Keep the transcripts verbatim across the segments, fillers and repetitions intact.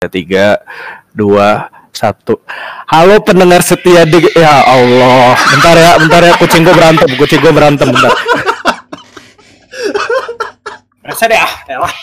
Tiga, dua, satu. Halo pendengar setia di... Ya Allah. Bentar ya, bentar ya. Kucing gue berantem. Kucing gue berantem, bentar. Rasa deh ah. Elah.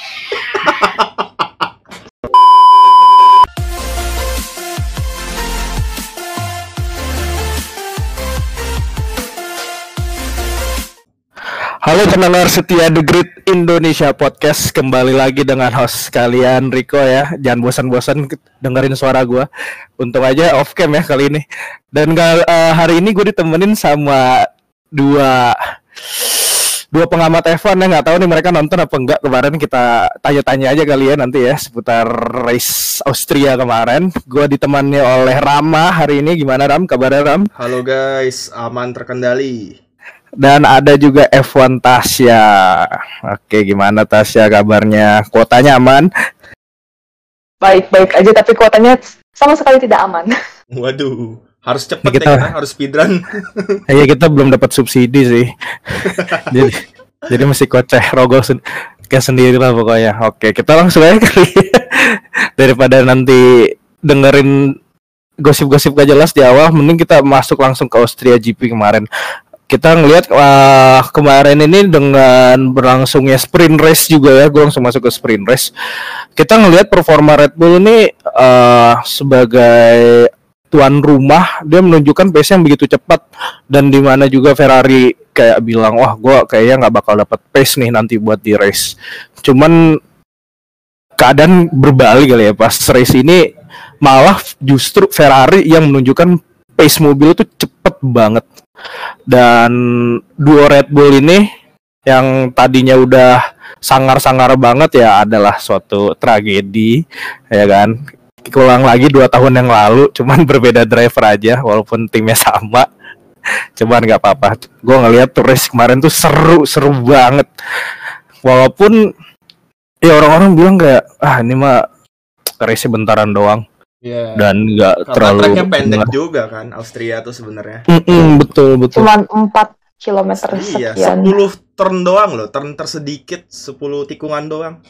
Halo pendengar setia The Great Indonesia Podcast. Kembali lagi dengan host kalian Rico ya. Jangan bosan-bosan dengerin suara gue. Untung aja off cam ya kali ini. Dan uh, hari ini gue ditemenin sama dua dua pengamat F satu yang nggak tahu nih mereka nonton apa enggak. Kemarin kita tanya-tanya aja kali ya nanti ya seputar race Austria kemarin. Gue ditemani oleh Rama hari ini. Gimana Ram? Kabarnya Ram? Halo guys, aman terkendali. Dan ada juga F satu Tasya. Oke, gimana Tasya kabarnya? Kuotanya aman? Baik-baik aja, tapi kuotanya sama sekali tidak aman. Waduh, harus cepet kita, ya, harus speedrun. Iya, kita belum dapat subsidi sih. jadi, jadi mesti koceh rogo sen- kayak sendiri lah pokoknya. Oke, kita langsung aja kali. Daripada nanti dengerin gosip-gosip gak jelas di awal, mending kita masuk langsung ke Austria G P kemarin. Kita ngelihat uh, kemarin ini dengan berlangsungnya sprint race juga ya, gue langsung masuk ke sprint race. Kita ngelihat performa Red Bull ini uh, sebagai tuan rumah, dia menunjukkan pace yang begitu cepat dan di mana juga Ferrari kayak bilang, wah gue kayaknya nggak bakal dapat pace nih nanti buat di race. Cuman keadaan berbalik kali ya, pas race ini malah justru Ferrari yang menunjukkan pace mobil itu cepet banget. Dan duo Red Bull ini yang tadinya udah sangar-sangar banget ya adalah suatu tragedi ya kan. Ulang lagi dua tahun yang lalu, cuman berbeda driver aja walaupun timnya sama. Cuman nggak apa-apa. Gue ngeliat tuh race kemarin tuh seru-seru banget. Walaupun ya orang-orang bilang kayak ah ini mah race bentaran doang. Yeah. Dan nggak terlalu tracknya pendek bener. Juga kan Austria tuh sebenarnya. Betul betul. Cuman empat kilometer sekian. Iya, sepuluh turn doang loh, turn tersedikit sepuluh tikungan doang.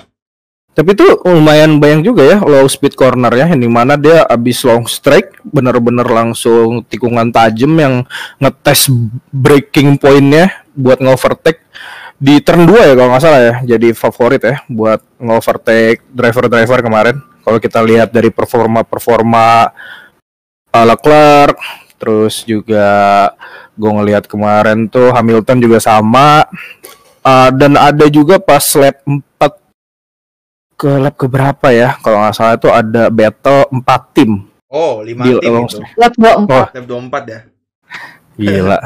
Tapi itu lumayan banyak juga ya low speed corner ya, yang dimana dia abis long strike bener-bener langsung tikungan tajam yang ngetes braking pointnya buat nge-overtake di turn dua ya kalau nggak salah ya, jadi favorit ya buat nge-overtake driver-driver kemarin. Kalau kita lihat dari performa-performa uh, Leclerc, terus juga gue ngelihat kemarin tuh Hamilton juga sama, uh, dan ada juga pas lap empat ke lap keberapa ya, kalau nggak salah itu ada battle empat tim. Oh, lima tim itu. Lap dua puluh empat. Oh. Lap dua puluh empat ya. Gila.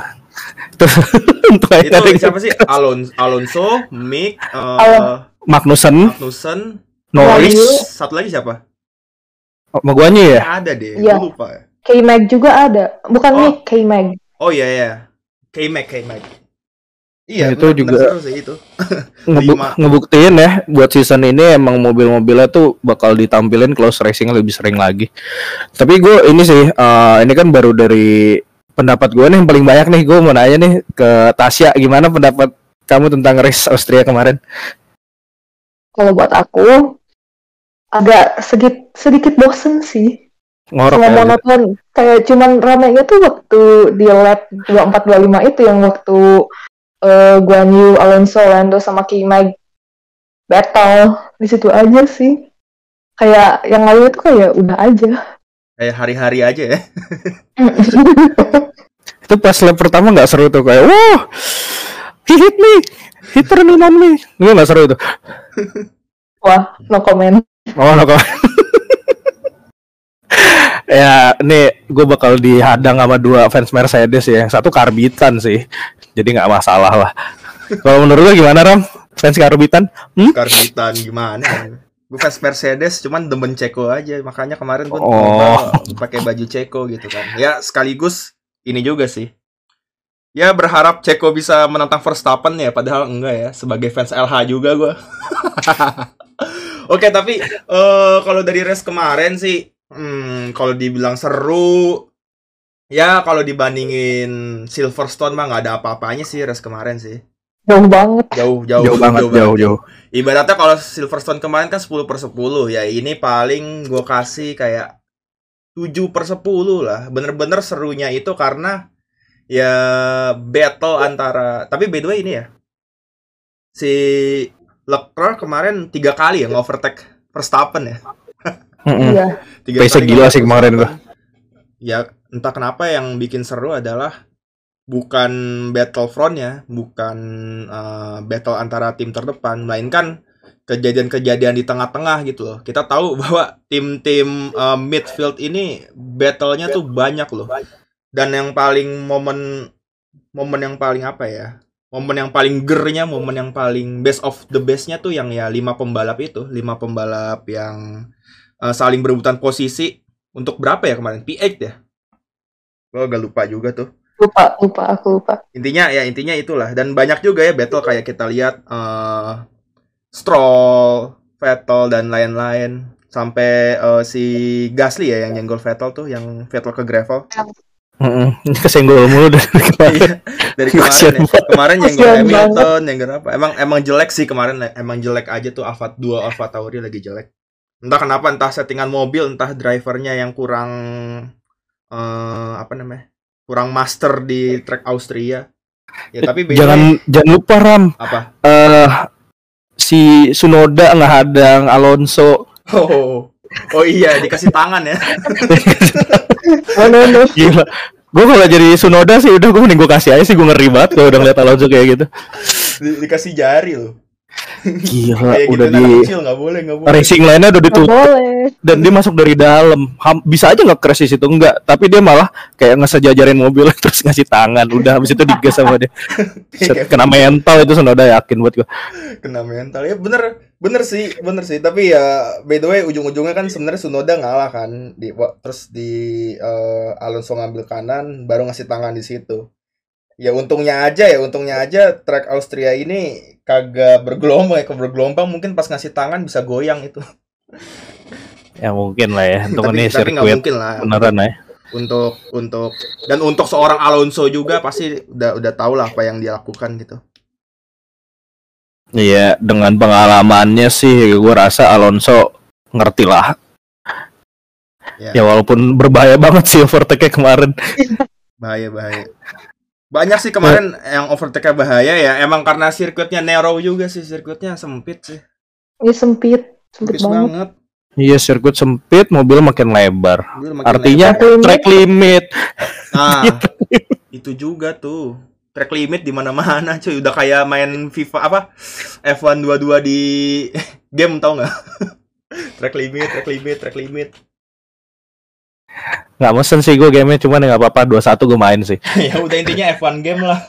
Itu siapa sih? Alonso, Alonso, Mick, uh, Magnussen, Magnussen, Norris, satu lagi siapa? Oh, Maguire ya? Ada deh, ya. gue lupa. K-Mag juga ada, bukan oh. Mick, K-Mag. Oh iya iya, K-Mag, K-Mag. Iya, itu bener, juga bener seru sih itu. Ngebu- ngebuktiin ya buat season ini emang mobil-mobilnya tuh bakal ditampilin close racing lebih sering lagi. Tapi gue ini sih, uh, ini kan baru dari pendapat gue nih yang paling banyak nih. Gue mau nanya nih ke Tasya, gimana pendapat kamu tentang race Austria kemarin? Kalau buat aku agak sedikit sedikit bosen sih. Ngorok cuma ya, monoton gitu. Kayak cuman ramainya tuh waktu di lap dua puluh empat dua puluh lima itu yang waktu uh, Guan Yu, Alonso, Lando sama K-Mag battle di situ aja sih. Kayak yang lalu itu kayak udah aja. Kayak hari-hari aja ya. Itu pas lap pertama nggak seru tuh kayak wah he hit me, he turned in on me. Nggak nggak seru itu. Wah, no comment. Oh no comment. Ya, nih gue bakal dihadang sama dua fans Mercedes ya. Yang satu karbitan sih, jadi nggak masalah lah. Kalau menurut lo gimana Ram? Fans karbitan? Hmm? Karbitan gimana? Gue fans Mercedes, cuman demen Ceko aja. Makanya kemarin gue oh. pakai baju Ceko gitu kan. Ya sekaligus ini juga sih. Ya berharap Ceko bisa menantang Verstappen ya, padahal enggak ya. Sebagai fans L H juga gue. Oke, tapi uh, kalau dari race kemarin sih, hmm, kalau dibilang seru, ya kalau dibandingin Silverstone mah nggak ada apa-apanya sih race kemarin sih. Jauh banget. Jauh, jauh, Jauh banget, jauh, jauh. Ibaratnya kalau Silverstone kemarin kan sepuluh per sepuluh, ya ini paling gue kasih kayak tujuh per sepuluh lah. Bener-bener serunya itu karena ya battle antara, tapi by the way ini ya, si Leclerc kemarin tiga kali ya nge-overtake Verstappen ya. Iya. Tiga Pace kali gila nge-overtake sih kemarin gua. Ya entah kenapa yang bikin seru adalah bukan battlefront-nya, bukan uh, battle antara tim terdepan, melainkan kejadian-kejadian di tengah-tengah gitu loh. Kita tahu bahwa tim-tim uh, midfield ini battle-nya tuh banyak loh. Dan yang paling momen momen yang paling apa ya? Momen yang paling gernya, momen yang paling best of the best-nya tuh yang ya lima pembalap itu, lima pembalap yang uh, saling berebutan posisi untuk berapa ya kemarin? P delapan ya? Gue agak lupa juga tuh. Lupa, lupa, aku lupa. Intinya ya intinya itulah, dan banyak juga ya battle kayak kita lihat uh, Stroll, Vettel dan lain-lain, sampai uh, si Gasly ya yang nyenggol Vettel tuh, yang Vettel ke gravel. Heeh, kesenggol mulu dari kemarin. Dari kemarin ya. Kemarin nyenggol Hamilton, nyenggol apa? Emang emang jelek sih kemarin, emang jelek aja tuh. Alfa dua Alfa Tauri lagi jelek. Entah kenapa, entah settingan mobil, entah drivernya yang kurang uh, apa namanya? kurang master di track Austria. Ya tapi jangan ini, jangan lupa Ram. Apa? Uh, si Tsunoda ngehadang Alonso. Oh. Oh iya, dikasih tangan ya. Oh, no, no. Gila. Gue kalau jadi Tsunoda sih udah gue mending gue kasih aja sih, gue ngeri banget kalau udah ngeliat Alonso kayak gitu. Di, dikasih jari loh. Gila, kayak udah gitu, di kecil, gak boleh, gak boleh. racing line-nya udah ditutup. Boleh. Dan dia masuk dari dalam. Ham, bisa aja nge-crash di situ, enggak, tapi dia malah kayak ngesejajarin mobil terus ngasih tangan. Udah habis itu digas sama dia. Set, kena mental itu Tsunoda, yakin buat gue. Kena mental. Ya bener, bener sih, bener sih. Tapi ya by the way ujung-ujungnya kan sebenarnya Tsunoda ngalah kan, di terus di uh, Alonso ngambil kanan baru ngasih tangan di situ. Ya untungnya aja ya, untungnya aja track Austria ini kagak bergelombang ya, kalau bergelombang mungkin pas ngasih tangan bisa goyang itu. Ya mungkin lah ya, untuk tapi, ini tapi nggak sirkuit mungkin lah. beneran ya. Untuk untuk dan untuk seorang Alonso juga pasti udah udah tahu lah apa yang dia lakukan gitu. Iya, dengan pengalamannya sih gue rasa Alonso ngerti lah. Ya, ya walaupun berbahaya banget sih overtake kemarin. Bahaya bahaya. Banyak sih kemarin eh. yang overtake bahaya ya. Emang karena sirkuitnya narrow juga sih, sirkuitnya sempit sih. Iya sempit, sempit, sempit banget. banget. Iya, sirkuit sempit, mobil makin lebar. Mobil makin Artinya lebar. Track limit. Nah, itu juga tuh. Track limit di mana-mana cuy. Udah kayak main FIFA apa? F satu dua dua di game, tau enggak? Track limit, track limit, track limit. Nggak mesen sih gue gamenya, cuman ya nggak apa-apa, dua satu gue main sih. Ya udah intinya F satu game lah.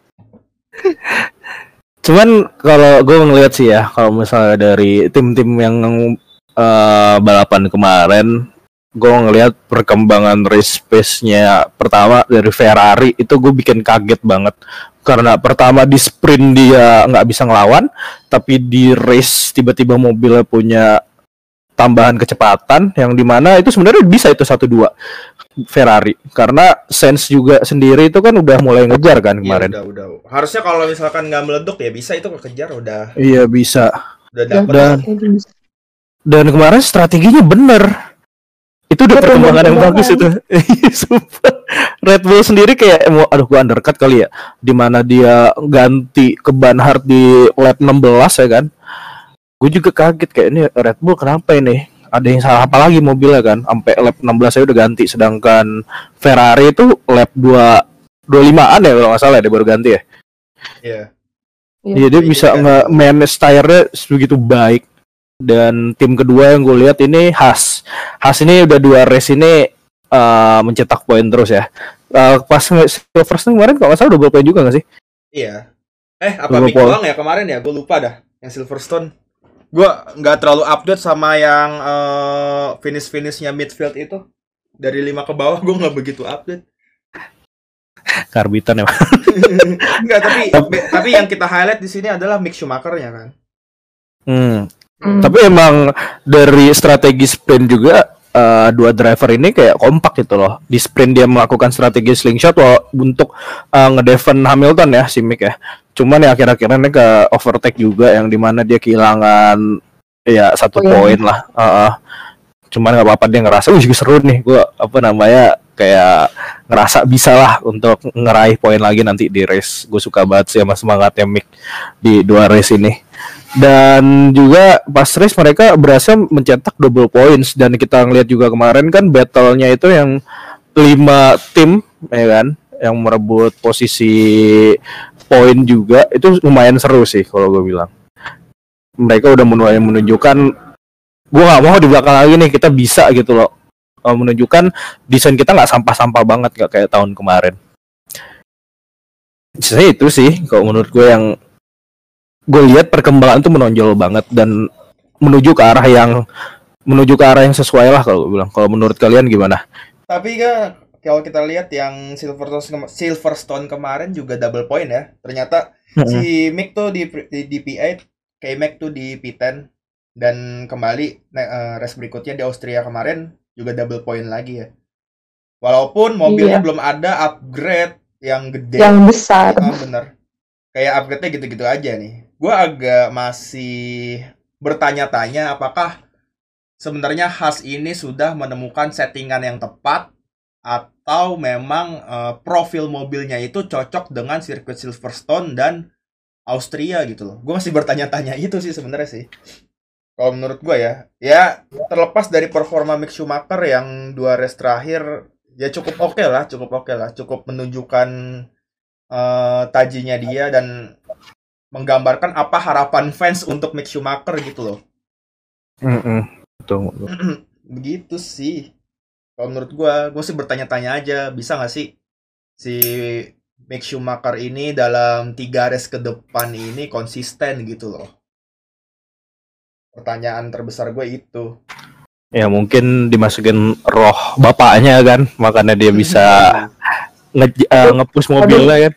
Cuman kalau gue ngeliat sih ya, kalau misalnya dari tim-tim yang uh, balapan kemarin, gue ngelihat perkembangan race pace-nya pertama dari Ferrari itu gue bikin kaget banget. Karena pertama di sprint dia nggak bisa ngelawan, tapi di race tiba-tiba mobilnya punya tambahan kecepatan yang dimana itu sebenarnya bisa itu satu dua Ferrari, karena Sainz juga sendiri itu kan udah mulai ngejar kan kemarin. Iya, udah, udah. Harusnya kalau misalkan nggak meleduk ya bisa itu kekejar udah. Iya bisa. Udah dapet. Dan, dan kemarin strateginya bener. Itu udah perkembangan yang bagus itu. Super. Red Bull sendiri kayak mau aduh gua undercut kali ya, dimana dia ganti ke ban hard di lap enam belas ya kan. Gue juga kaget kayak ini Red Bull kenapa ini? Ada yang salah apa lagi mobilnya kan? Sampai lap enam belas saya udah ganti, sedangkan Ferrari itu lap dua puluh limaan ya kalau nggak salah dia baru ganti ya. Iya. Yeah. Jadi dia bisa nge-manage tire-nya begitu baik. Dan tim kedua yang gue lihat ini Haas. Haas ini udah dua race ini uh, mencetak poin terus ya. Uh, pas Silverstone kemarin kalau nggak salah double poin juga nggak sih? Iya. Eh apa Mick doang ya kemarin ya? Gue lupa dah. Yang Silverstone. Gue nggak terlalu update sama yang uh, finish-finishnya midfield itu. Dari lima ke bawah gue nggak begitu update. Karbitan emang. Enggak, tapi tapi yang kita highlight di sini adalah Mick Schumacher-nya kan. Hmm. Hmm. Tapi emang dari strategi sprint juga uh, dua driver ini kayak kompak gitu loh. Di sprint dia melakukan strategi slingshot untuk uh, ngedefend Hamilton ya, si Mick ya. Cuman ya akhir-akhirnya ke overtake juga yang dimana dia kehilangan ya satu Poin. poin lah. Uh, cuman nggak apa-apa, dia ngerasa, wih seru nih, gue apa namanya kayak ngerasa bisa lah untuk ngeraih poin lagi nanti di race. Gue suka banget sih sama semangatnya Mick di dua race ini. Dan juga pas race mereka berhasil mencetak double points, dan kita ngeliat juga kemarin kan battle-nya itu yang lima tim ya kan yang merebut posisi poin juga, itu lumayan seru sih kalau gue bilang. Mereka udah mulai menunjukkan, gue nggak mau di belakang lagi nih, kita bisa gitu loh, menunjukkan desain kita nggak sampah-sampah banget, nggak kayak tahun kemarin. Saya itu sih kalau menurut gue yang gue lihat perkembangan tuh menonjol banget dan menuju ke arah yang menuju ke arah yang sesuai lah kalau gue bilang. Kalau menurut kalian gimana? Tapi kan kalau kita lihat yang Silverstone Silverstone kemarin juga double point ya. Ternyata Mm-mm. si Mick tuh di di, di P delapan, K-Mac tuh di P sepuluh, dan kembali uh, race berikutnya di Austria kemarin juga double point lagi ya. Walaupun mobilnya Iya. belum ada upgrade yang gede. Yang besar. Ah, bener. Kayak upgrade-nya gitu-gitu aja nih. Gue agak masih bertanya-tanya apakah sebenarnya Haas ini sudah menemukan settingan yang tepat, atau memang uh, profil mobilnya itu cocok dengan sirkuit Silverstone dan Austria gitu loh. Gue masih bertanya-tanya itu sih sebenarnya sih. Kalau menurut gue ya, ya terlepas dari performa Mick Schumacher yang dua race terakhir, ya cukup oke okay lah, cukup oke okay lah, cukup menunjukkan uh, tajinya dia dan menggambarkan apa harapan fans untuk Mick Schumacher gitu loh. Mm-mm. Betul. Begitu sih. Kalau menurut gue, gue sih bertanya-tanya aja, bisa nggak sih si Mick Schumacher ini dalam tiga race ke depan ini konsisten gitu loh. Pertanyaan terbesar gue itu. Ya mungkin dimasukin roh bapaknya kan, makanya dia bisa nge- uh, nge-push mobilnya kan.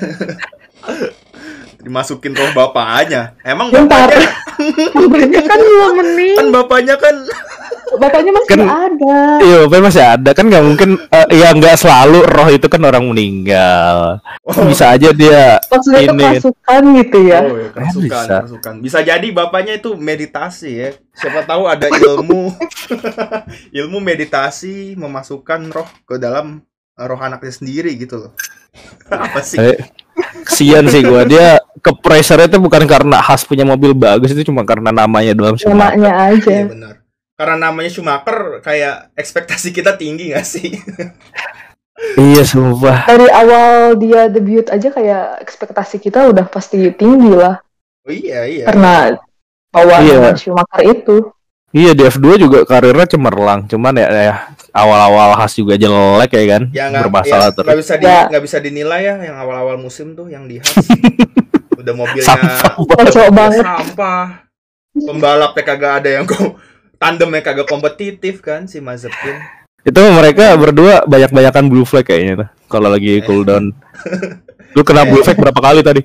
Dimasukin roh bapaknya. Emang Bentar. bapaknya Bapaknya kan dua menit. kan bapaknya kan Bapaknya masih Kan- ada. Iya, bapaknya masih ada kan, nggak mungkin uh, ya nggak selalu roh itu kan orang meninggal. Bisa aja dia Maksudnya itu ini. kerasukan gitu ya. Oh ya, kerasukan, Bisa. kerasukan. Bisa jadi bapaknya itu meditasi ya. Siapa tahu ada ilmu ilmu meditasi memasukkan roh ke dalam roh anaknya sendiri gitu loh. Apa sih? Eh, kesian sih gua, dia ke pressure itu bukan karena Haas punya mobil bagus, itu cuma karena namanya doang. Schumacher. Namanya Iya aja. benar. Karena namanya Schumacher, kayak ekspektasi kita tinggi gak sih? Iya sumpah. Dari awal dia debut aja kayak ekspektasi kita udah pasti tinggi lah. Oh iya iya. Karena bawa Iya. nama Schumacher itu. Iya, di F dua juga karirnya cemerlang, cuman ya, ya awal-awal Haas juga jelek ya kan, Ya nggak bermasalah ya, terus. nggak bisa di Ya. nggak bisa dinilai ya yang awal-awal musim tuh yang di Haas. Udah mobilnya Sampah banget. Kocok banget. sampah. Pembalapnya kagak ada yang kok tandemnya kagak kompetitif kan si Mazepin. Itu mereka berdua banyak-banyakan blue flag kayaknya tuh kalau lagi cooldown. Lu kena blue flag berapa kali tadi?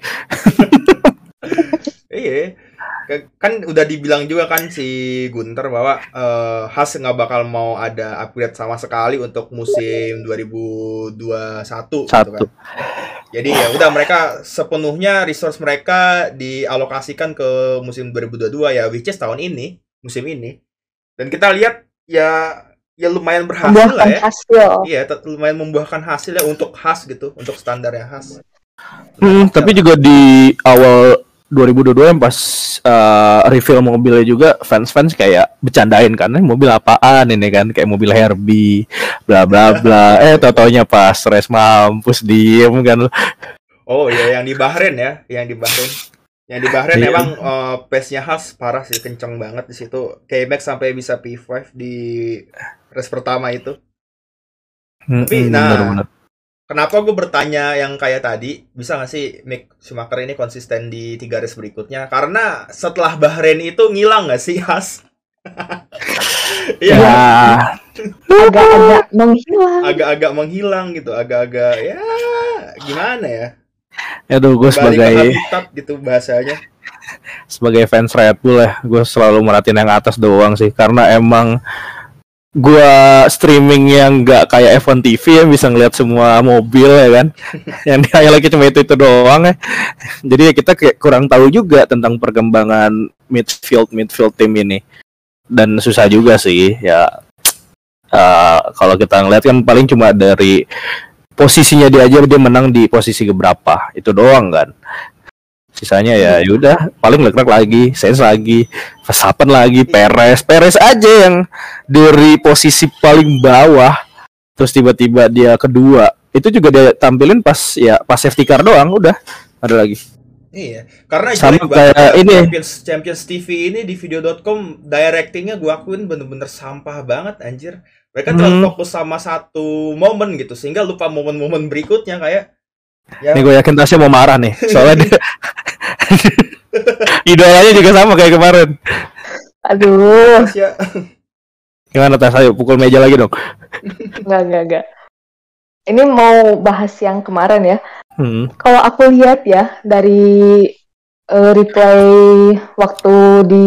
Iya. Kan udah dibilang juga kan si Gunter bahwa uh, Haas nggak bakal mau ada upgrade sama sekali untuk musim dua ribu dua puluh satu gitu Satu. kan. Jadi ya udah mereka sepenuhnya resource mereka dialokasikan ke musim dua ribu dua puluh dua ya, which is tahun ini, musim ini. Dan kita lihat ya ya lumayan berhasil lah Membuahkan ya. hasil. Iya, tet- lumayan membuahkan hasil ya untuk Haas gitu, untuk standarnya Haas. Hmm, tapi juga di awal dua ribu dua puluh dua yang pas uh, reveal mobilnya juga fans-fans kayak bercandain kan, eh, mobil apaan ini kan, kayak mobil Herbie, bla bla bla. eh tau-taunya pas race mampus diem kan. Oh iya, yang di Bahrain ya, yang di Bahrain. Yang di Bahrain Iya. emang uh, pace-nya Haas parah sih, kenceng banget di situ. K-Max sampai bisa P lima di race pertama itu. Hmm, Tapi, nah, bener-bener. Kenapa gue bertanya yang kayak tadi, bisa nggak sih Mick Schumacher ini konsisten di tiga race berikutnya? Karena setelah Bahrain itu ngilang nggak sih Haas? Iya, Ya, Agak-agak menghilang. agak-agak menghilang gitu, agak-agak ya gimana ya? aduh gue Balik ke sebagai habitat gitu bahasanya. sebagai fans Red Bull ya, gue selalu merhatiin yang atas doang sih, karena emang gua streaming yang nggak kayak F one T V ya, bisa ngeliat semua mobil ya kan. Yang di highlight cuma itu itu doang ya. Jadi ya kita kayak kurang tahu juga tentang perkembangan midfield midfield tim ini. Dan susah juga sih ya. Uh, kalau kita ngeliat kan paling cuma dari posisinya dia aja, dia menang di posisi keberapa itu doang kan. Sisanya ya yaudah paling Leclerc lagi, Sainz lagi, Verstappen lagi, Perez, Perez aja yang dari posisi paling bawah terus tiba-tiba dia kedua. Itu juga dia tampilin pas ya pas safety car doang, udah ada lagi. Iya, karena sama jelek kayak banget ini Champions, Champions T V ini di video dot com directingnya gua akuin bener-bener sampah banget anjir. Mereka terlalu Hmm. fokus sama satu momen gitu sehingga lupa momen-momen berikutnya kayak ya Nih gue yakin Tasya mau marah nih, soalnya dia idolanya juga sama kayak kemarin. Aduh, ya Gimana Tas? Ayo pukul meja lagi dong. nggak nggak nggak. Ini mau bahas yang kemarin ya. Hmm. Kalau aku lihat ya dari eh, replay waktu di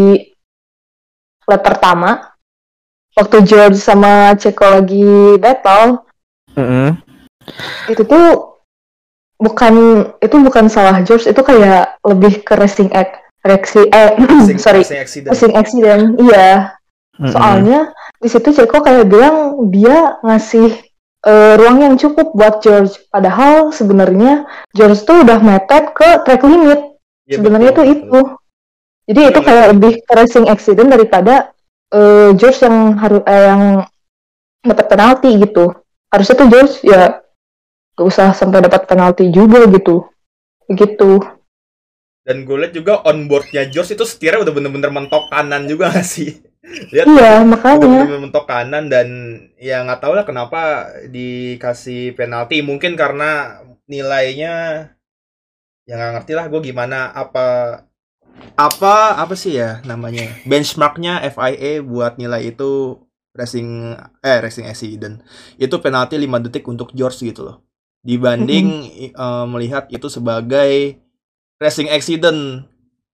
lap pertama, waktu George sama Checo lagi battle, Mm-mm. itu tuh bukan itu bukan salah George, itu kayak lebih ke racing act, reaksi eh racing, sorry racing accident. racing accident. Iya, Mm-mm. soalnya di situ Checo kayak bilang dia ngasih eh, ruang yang cukup buat George, padahal sebenarnya George tuh udah mepet ke track limit. Ya, Sebenarnya betul, tuh betul. itu. Jadi itu Betul. kayak lebih ke racing accident daripada eh, George yang harus eh, yang dapat penalti gitu. Harusnya tuh George ya gak usah sampai dapat penalti juga gitu. Begitu. Dan gue liat juga onboardnya George itu setirnya udah bener-bener mentok kanan juga gak sih? Lihat Iya, udah makanya. bener-bener mentok kanan dan ya nggak tahu lah kenapa dikasih penalti. Mungkin karena nilainya ya nggak ngerti lah gue gimana apa apa apa sih ya namanya benchmarknya F I A buat nilai itu racing eh racing accident itu penalti lima detik untuk George gitu loh dibanding eh, melihat itu sebagai racing accident.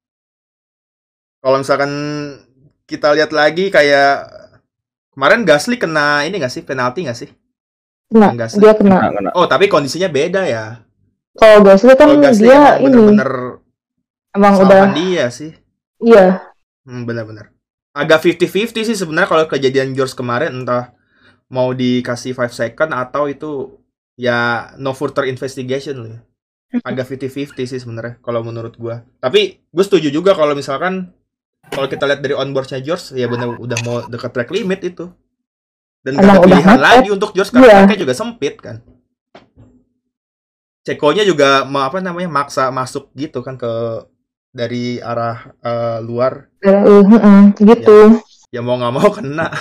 Kalau misalkan kita lihat lagi kayak kemarin Gasly kena ini nggak sih penalti nggak sih? Nah, Enggak sih. dia kena. Nggak, nggak. Oh tapi kondisinya beda ya. Kalau Gasly kan Kalau Gasly dia emang ini bener-bener emang udah salahan dia sih. iya. Hmm, benar-benar. Agak fifty fifty sih sebenarnya kalau kejadian George kemarin entah mau dikasih five second atau itu ya no further investigation loh. Agak fifty fifty sih sebenarnya kalau menurut gua. Tapi gue setuju juga kalau misalkan kalau kita lihat dari onboardnya George ya benar udah mau dekat track limit itu. Dan gak ada Emang udah pilihan mepet. lagi untuk George karena Iya. tracknya juga sempit kan. Cekonya juga ma- apa namanya maksa masuk gitu kan ke dari arah eh, luar. Eh, uh, uh, gitu. Ya mau nggak mau kena.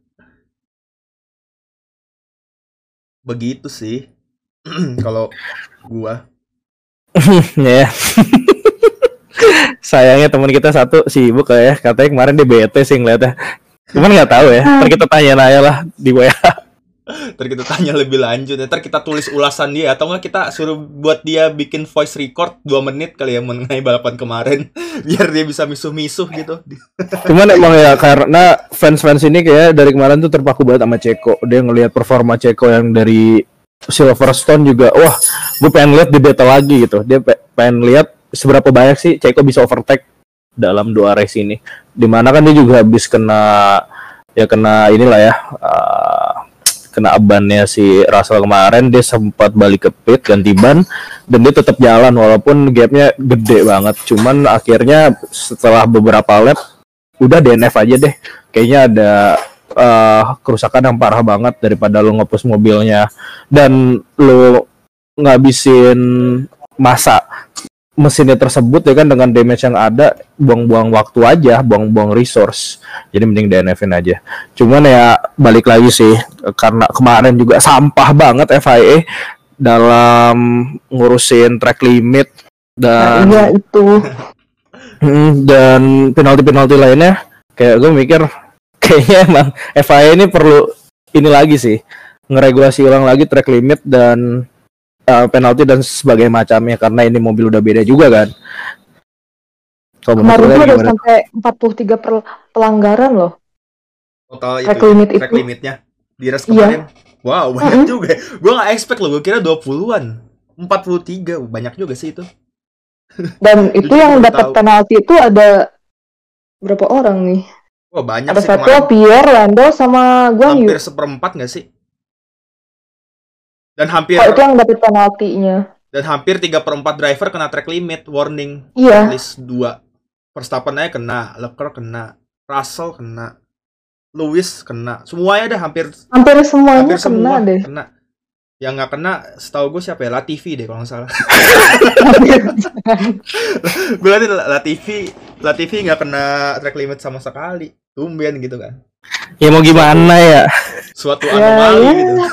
Begitu sih. Kalau gua Ya. Sayangnya teman kita satu sibuk ya, katanya kemarin dia bete sih ngeliatnya. Cuman nggak tahu ya. Ntar kita tanya Naya lah di W A. ntar kita tanya lebih lanjut, ntar kita tulis ulasan dia atau nggak kita suruh buat dia bikin voice record dua menit kali ya mengenai balapan kemarin biar dia bisa misuh-misuh gitu. Cuman emang ya karena fans-fans ini kayak dari kemarin tuh terpaku banget sama Ceko. Dia ngelihat performa Ceko yang dari Silverstone juga. Wah, gue pengen lihat di battle lagi gitu. Dia pe- pengen lihat seberapa banyak sih Ceko bisa overtake dalam dua race ini. Dimana kan dia juga habis kena ya kena inilah ya. Uh, kena abannya si Russell kemarin, dia sempat balik ke pit ganti ban dan dia tetap jalan walaupun gapnya gede banget. Cuman akhirnya setelah beberapa lap udah D N F aja deh, kayaknya ada uh, kerusakan yang parah banget daripada lo nge-push mobilnya dan lo ngabisin masa mesinnya tersebut ya kan dengan damage yang ada, buang-buang waktu aja, buang-buang resource. Jadi mending D N F-in aja. Cuman ya balik lagi sih karena kemarin juga sampah banget F I A dalam ngurusin track limit dan Nah, iya itu. dan penalti-penalti lainnya. Kayak gue mikir kayaknya emang F I A ini perlu ini lagi sih, ngeregulasi ulang lagi track limit dan Uh, penalti dan sebagainya macamnya karena ini mobil udah beda juga kan. Kemarin tuh ada sampai empat puluh tiga per- pelanggaran loh. Total track itu limit track itu. limitnya di race Iya. kemarin. Wow, banyak Mm-mm. juga. Gue nggak expect loh, gue kira dua puluhan. empat puluh tiga, banyak juga sih itu. Dan itu Jujur yang baru dapat tahu. penalti itu ada berapa orang nih? Wah, banyak Ada sih Vettel, kemarin. Pierre, Lando, sama Guan Yu. Hampir seperempat nggak sih? Dan hampir Oh, itu yang dapat penaltinya. dan hampir tiga per empat driver kena track limit warning. Iya. At least dua. Verstappen aja kena, Leclerc kena, Russell kena, Lewis kena. Semuanya dah hampir Hampir semuanya hampir kena semua deh. kena. Yang nggak kena, setahu gue siapa ya? Latifi deh kalau nggak salah. Berarti Latifi, Latifi nggak kena track limit sama sekali. Tumben gitu kan. Ya mau gimana ya? Suatu Ya, anomali ya. gitu.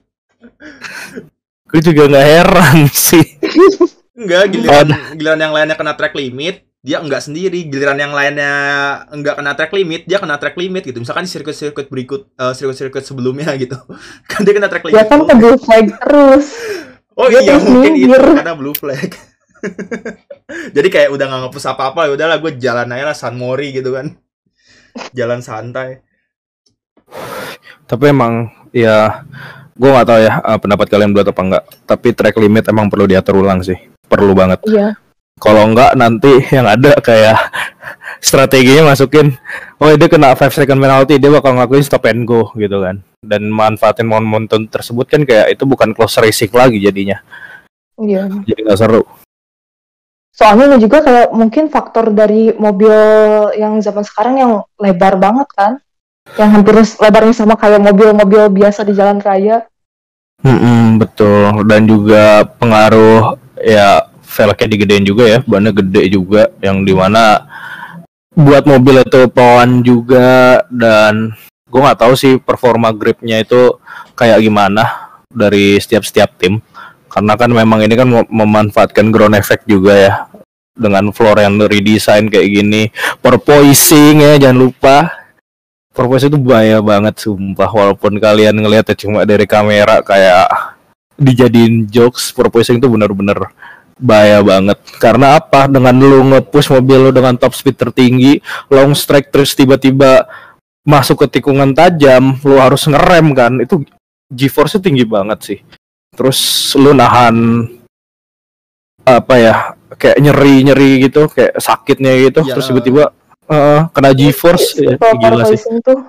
Gue juga nggak heran sih. Enggak, giliran giliran yang lainnya kena track limit, dia enggak sendiri. Giliran yang lainnya enggak kena track limit, dia kena track limit gitu. Misalkan di sirkuit-sirkuit berikut, uh, sirkuit-sirkuit sebelumnya gitu. Kan dia kena track limit. Dia kan ke blue flag terus. Oh dia iya, terus mungkin minggir. itu karena blue flag. Jadi kayak udah nggak ngepus apa-apa, ya udahlah gue jalan aja lah San Mori gitu kan. Jalan santai. Tapi emang ya gue nggak tahu ya uh, pendapat kalian buat apa enggak. Tapi track limit emang perlu diatur ulang sih, perlu banget. Iya. Kalau enggak nanti yang ada kayak strateginya masukin, oh dia kena five second penalty, dia bakal ngelakuin stop and go gitu kan. Dan manfaatin momentum tersebut kan kayak itu bukan close racing lagi jadinya. Iya. Jadi nggak seru. Soalnya juga kayak mungkin faktor dari mobil yang zaman sekarang yang lebar banget kan. Yang hampir lebarnya sama kayak mobil-mobil biasa di jalan raya. Mm-mm, betul. Dan juga pengaruh ya velgnya digedein juga ya, bannya gede juga, yang dimana buat mobil itu bawaan juga. Dan gue nggak tahu sih performa gripnya itu kayak gimana dari setiap-setiap tim, karena kan memang ini kan mem- memanfaatkan ground effect juga ya, dengan floor yang redesign kayak gini. Porpoising ya, jangan lupa. Porpoising itu bahaya banget sumpah, walaupun kalian ngelihatnya cuma dari kamera kayak dijadiin jokes. Porpoising itu benar-benar bahaya banget. Karena apa? Dengan lu nge-push mobil lu dengan top speed tertinggi, long strike, terus tiba-tiba masuk ke tikungan tajam, lu harus ngerem kan. Itu G-force-nya tinggi banget sih. Terus lu nahan apa ya, kayak nyeri-nyeri gitu, kayak sakitnya gitu. Ya. Terus tiba-tiba uh, kena G-force ya, Kalau gila sih. porpoising tuh.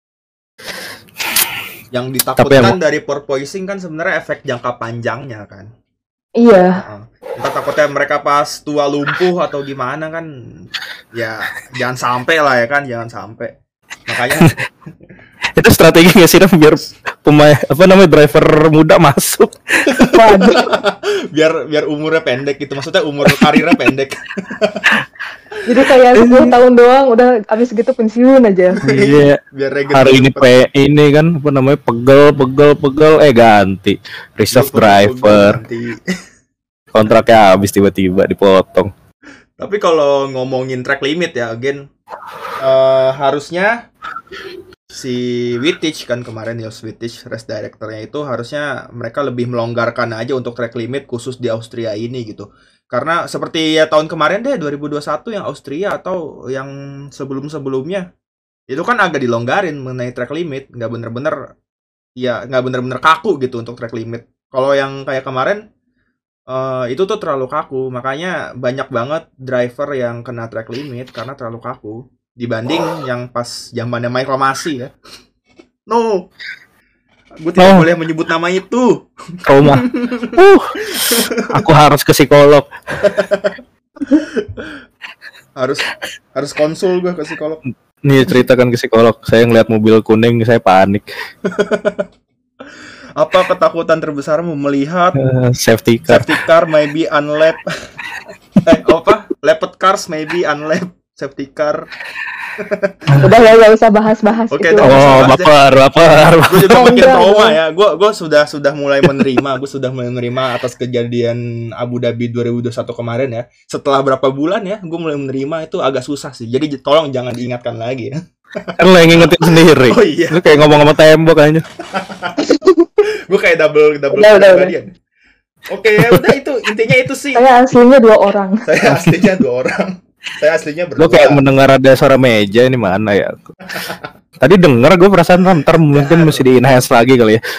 Yang Tapi ditakutkan emang- dari porpoising kan sebenarnya efek jangka panjangnya kan. Iya. Heeh. Entah takutnya mereka pas tua lumpuh atau gimana kan, ya jangan sampai lah ya kan, jangan sampai. Makanya Itu strategi nggak sih Ram, biar pemain apa namanya driver muda masuk? Waduh. biar biar umurnya pendek gitu, maksudnya umur karirnya pendek. Jadi kayak sepuluh tahun doang udah abis gitu pensiun aja. Iya. Biar regen Hari ini cepet. pe ini kan apa namanya pegel pegel pegel eh ganti reserve Pegel-pegel driver, nanti. kontraknya habis tiba-tiba dipotong. Tapi kalau ngomongin track limit ya, again eh, harusnya si Wittich kan kemarin, Jos Wittich race directornya itu harusnya mereka lebih melonggarkan aja untuk track limit khusus di Austria ini gitu. Karena seperti ya tahun kemarin deh dua ribu dua puluh satu yang Austria atau yang sebelum-sebelumnya itu kan agak dilonggarin mengenai track limit, nggak bener-bener ya nggak bener-bener kaku gitu untuk track limit. Kalau yang kayak kemarin eh, itu tuh terlalu kaku, makanya banyak banget driver yang kena track limit karena terlalu kaku dibanding yang pas zamannya Michael Masi ya. No, gue tidak Oh. boleh menyebut nama itu. Trauma. uh, aku harus ke psikolog. Harus harus konsul gue ke psikolog. Nih ceritakan ke psikolog. Saya ngeliat mobil kuning, saya panik. Apa ketakutan terbesarmu melihat Uh, safety car. safety car maybe unlap? eh, apa? Lapped cars maybe unlap safety car. Udah ya gak usah bahas-bahas Oke, gitu. tahu. Oh, baper, baper. Gue juga Oh, makin enggak, trauma enggak. ya. Gue gue sudah sudah mulai menerima, gue sudah menerima atas kejadian Abu Dhabi dua ribu dua puluh satu kemarin ya. Setelah berapa bulan ya, gue mulai menerima itu agak susah sih. Jadi j- tolong jangan diingatkan lagi ya. Kan lo yang ngingetin sendiri. Oh iya, Lu kayak ngomong sama tembok aja. gue kayak double double Udah, udah, kepribadian. Oke, ya udah itu intinya itu sih. Saya aslinya dua orang. Saya aslinya dua orang. Saya aslinya Gue berdua. kayak mendengar ada suara meja ini mana ya? Tadi denger gue perasaan ntar mungkin mesti di-enhance lagi kali ya.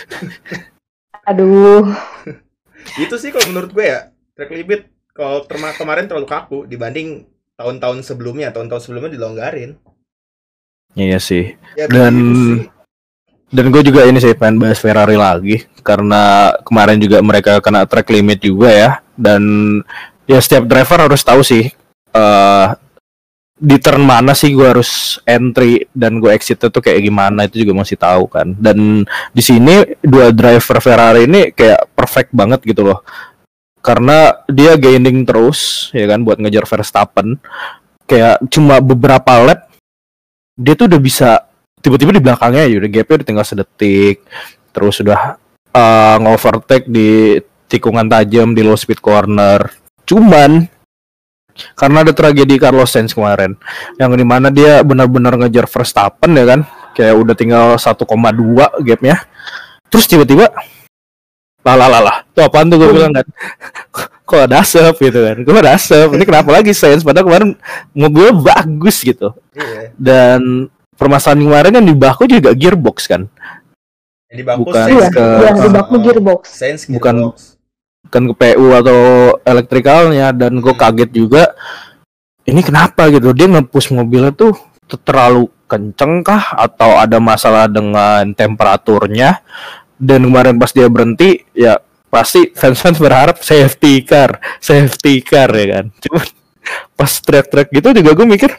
Aduh. Itu sih kalau menurut gue ya, track limit kalau terma- kemarin terlalu kaku dibanding tahun-tahun sebelumnya. Tahun-tahun sebelumnya dilonggarin. Iya sih. Ya, Dan begitu sih. dan gue juga ini sih pengen bahas Ferrari lagi karena kemarin juga mereka kena track limit juga ya. Dan ya setiap driver harus tahu sih uh, di turn mana sih gue harus entry dan gue exitnya tuh kayak gimana, itu juga masih tahu kan. Dan di sini dua driver Ferrari ini kayak perfect banget gitu loh, karena dia gaining terus ya kan buat ngejar Verstappen. Kayak cuma beberapa lap dia tuh udah bisa tiba-tiba di belakangnya ya udah gapnya udah tinggal sedetik, terus udah uh, nge-overtake di tikungan tajam di low speed corner. Cuman karena ada tragedi Carlos Sainz kemarin yang dimana dia benar-benar ngejar Verstappen ya kan, kayak udah tinggal satu koma dua gapnya, terus tiba-tiba lah lah lah lah tuh apaan tuh gue bilang kan kok ada asap gitu kan, gue ada asap ini kenapa lagi Sainz padahal kemarin mobilnya bagus gitu. Iya. Dan permasalahan kemarin yang di baku juga gearbox kan, Yang di baku bukan Iya, ke iya, di baku gearbox. Sainz Bukan- gearbox. kan ke P U atau elektrikalnya. Dan gue kaget juga ini kenapa gitu, dia nge-push mobilnya tuh terlalu kenceng kah atau ada masalah dengan temperaturnya. Dan kemarin pas dia berhenti ya pasti fans-fans berharap safety car safety car ya kan. Cuman pas track-track gitu juga gue mikir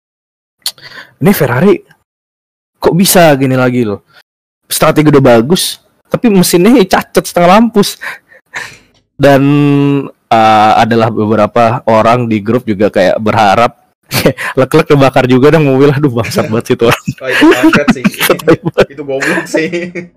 ini Ferrari kok bisa gini lagi loh, strategi udah bagus tapi mesinnya cacat setengah lampus. Dan uh, adalah beberapa orang di grup juga kayak berharap Leclerc kebakar juga dong mobil. Aduh bangsat banget itu orang. Oh, itu kampret sih. Itu goblok sih.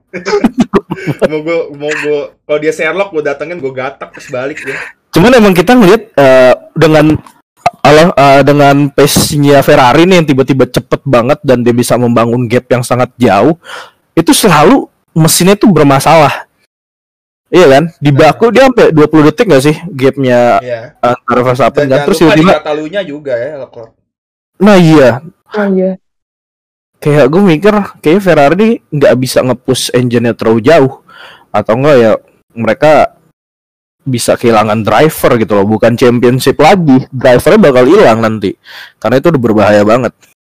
mau gue mau gue kalau dia Sherlock gue datengin gue gatak terus balik ya. Cuman emang kita ngeliat uh, dengan Allah uh, dengan pace-nya Ferrari nih yang tiba-tiba cepet banget dan dia bisa membangun gap yang sangat jauh, itu selalu mesinnya tuh bermasalah. Iya kan? Di baku dia sampai dua puluh detik gak sih gapnya Iya. antara Verstappen Dan kan, jangan terus lupa di tiba-tiba. Katalunya juga ya Leclerc. Nah iya, Oh iya. kayak gue mikir kayak Ferrari nggak bisa nge-push engine-nya terlalu jauh, atau enggak ya mereka bisa kehilangan driver gitu loh, bukan championship lagi, drivernya bakal hilang nanti karena itu udah berbahaya banget.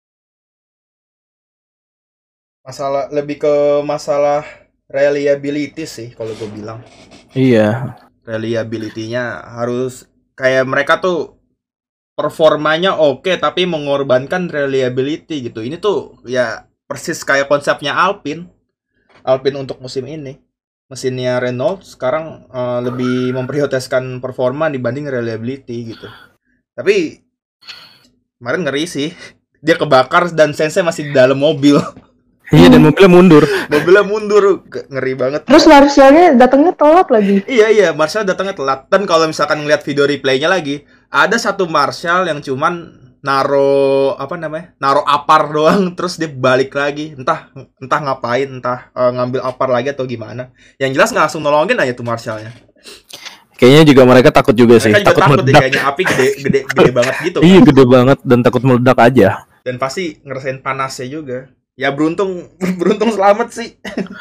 Masalah lebih ke masalah reliability sih kalau gue bilang. Iya. Reliability-nya harus kayak mereka tuh performanya oke tapi mengorbankan reliability gitu. Ini tuh ya persis kayak konsepnya Alpine. Alpine untuk musim ini. Mesinnya Renault sekarang uh, lebih memprioritaskan performa dibanding reliability gitu. Tapi kemarin ngeri sih. Dia kebakar dan Sainz-nya masih di dalam mobil. Iya, dan mobilnya mundur. Mobilnya mundur, Ge- ngeri banget. Terus Martialnya datangnya telat lagi. Iya iya, Marshall datangnya telat. Dan kalau misalkan ngeliat video replaynya lagi, ada satu Marshall yang cuman naro apa namanya, naro apar doang, terus dia balik lagi. Entah entah ngapain, entah uh, ngambil apar lagi atau gimana. Yang jelas nggak langsung nolongin aja tuh Marshallnya. Kayaknya juga mereka takut juga sih, Mereka juga takut takut deh meledak. kayaknya api gede gede gede banget gitu. Iya, Kan? gede banget dan takut meledak aja. Dan pasti ngerasain panasnya juga. Ya beruntung beruntung selamat sih.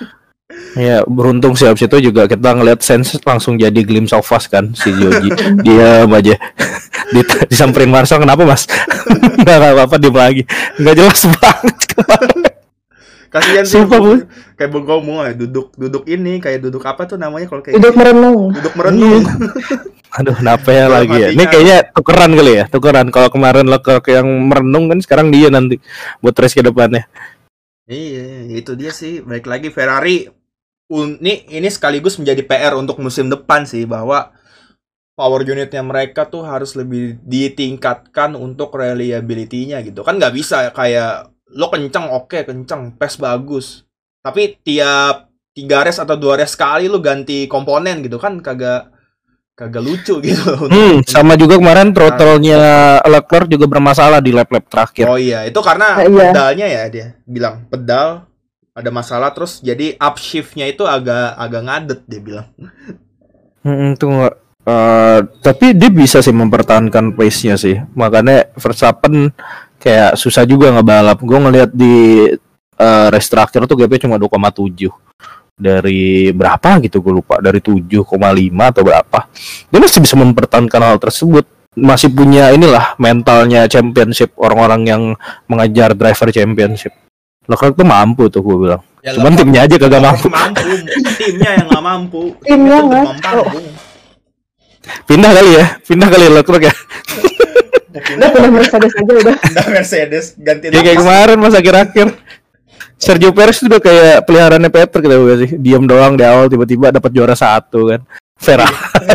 Ya beruntung sih abis itu juga kita ngeliat Sainz langsung jadi glimpse of us kan si Joji. Diam aja. Di- disamperin Marcel, kenapa mas? Nggak apa-apa, diem lagi. Nggak jelas banget. Kasihan sih. Sumpah, Bu. Kayak bengong ya, duduk duduk ini kayak duduk apa tuh namanya kalau kayak Duduk merenung. duduk merenung. Aduh, kenapa ya Dalam lagi ya? Ini hatinya. kayaknya tukeran kali ya, tukeran. Kalau kemarin Leclerc yang merenung kan, sekarang dia nanti buat race ke depannya. Iya, itu dia sih. Baik lagi Ferrari. Un- Ini ini sekaligus menjadi P R untuk musim depan sih, bahwa power unitnya mereka tuh harus lebih ditingkatkan untuk reliability-nya gitu. Kan nggak bisa kayak lo kenceng, oke kenceng, pace bagus. Tapi tiap tiga race atau dua race sekali lo ganti komponen gitu kan kagak kagak lucu gitu. Hmm, sama juga kemarin throttle-nya Leclerc juga bermasalah di lap-lap terakhir. Oh iya, itu karena Ah, iya. pedalnya ya dia bilang pedal ada masalah terus jadi upshift-nya itu agak agak ngadet dia bilang. Hmm, itu nggak- Uh, tapi dia bisa sih mempertahankan pace-nya sih. Makanya Verstappen kayak susah juga ngebalap. Gue ngelihat di uh, race terakhir tuh gapnya cuma dua koma tujuh dari berapa gitu, gue lupa, dari tujuh koma lima atau berapa. Dia masih bisa mempertahankan hal tersebut. Masih punya inilah mentalnya championship, orang-orang yang mengejar driver championship. Leclerc tuh mampu tuh gue bilang. Ya, cuman timnya aja kagak mampu. mampu. Timnya yang nggak mampu. Timnya nggak mampu. Pindah kali ya, pindah kali Leclerc ya. Udah pindah Mercedes aja udah. Pindah Mercedes, ganti ya, kayak kemarin mas akhir-akhir. Sergio Perez itu udah kayak peliharaannya Peter gitu gak sih? Diam doang di awal tiba-tiba dapat juara satu kan. Ferrari.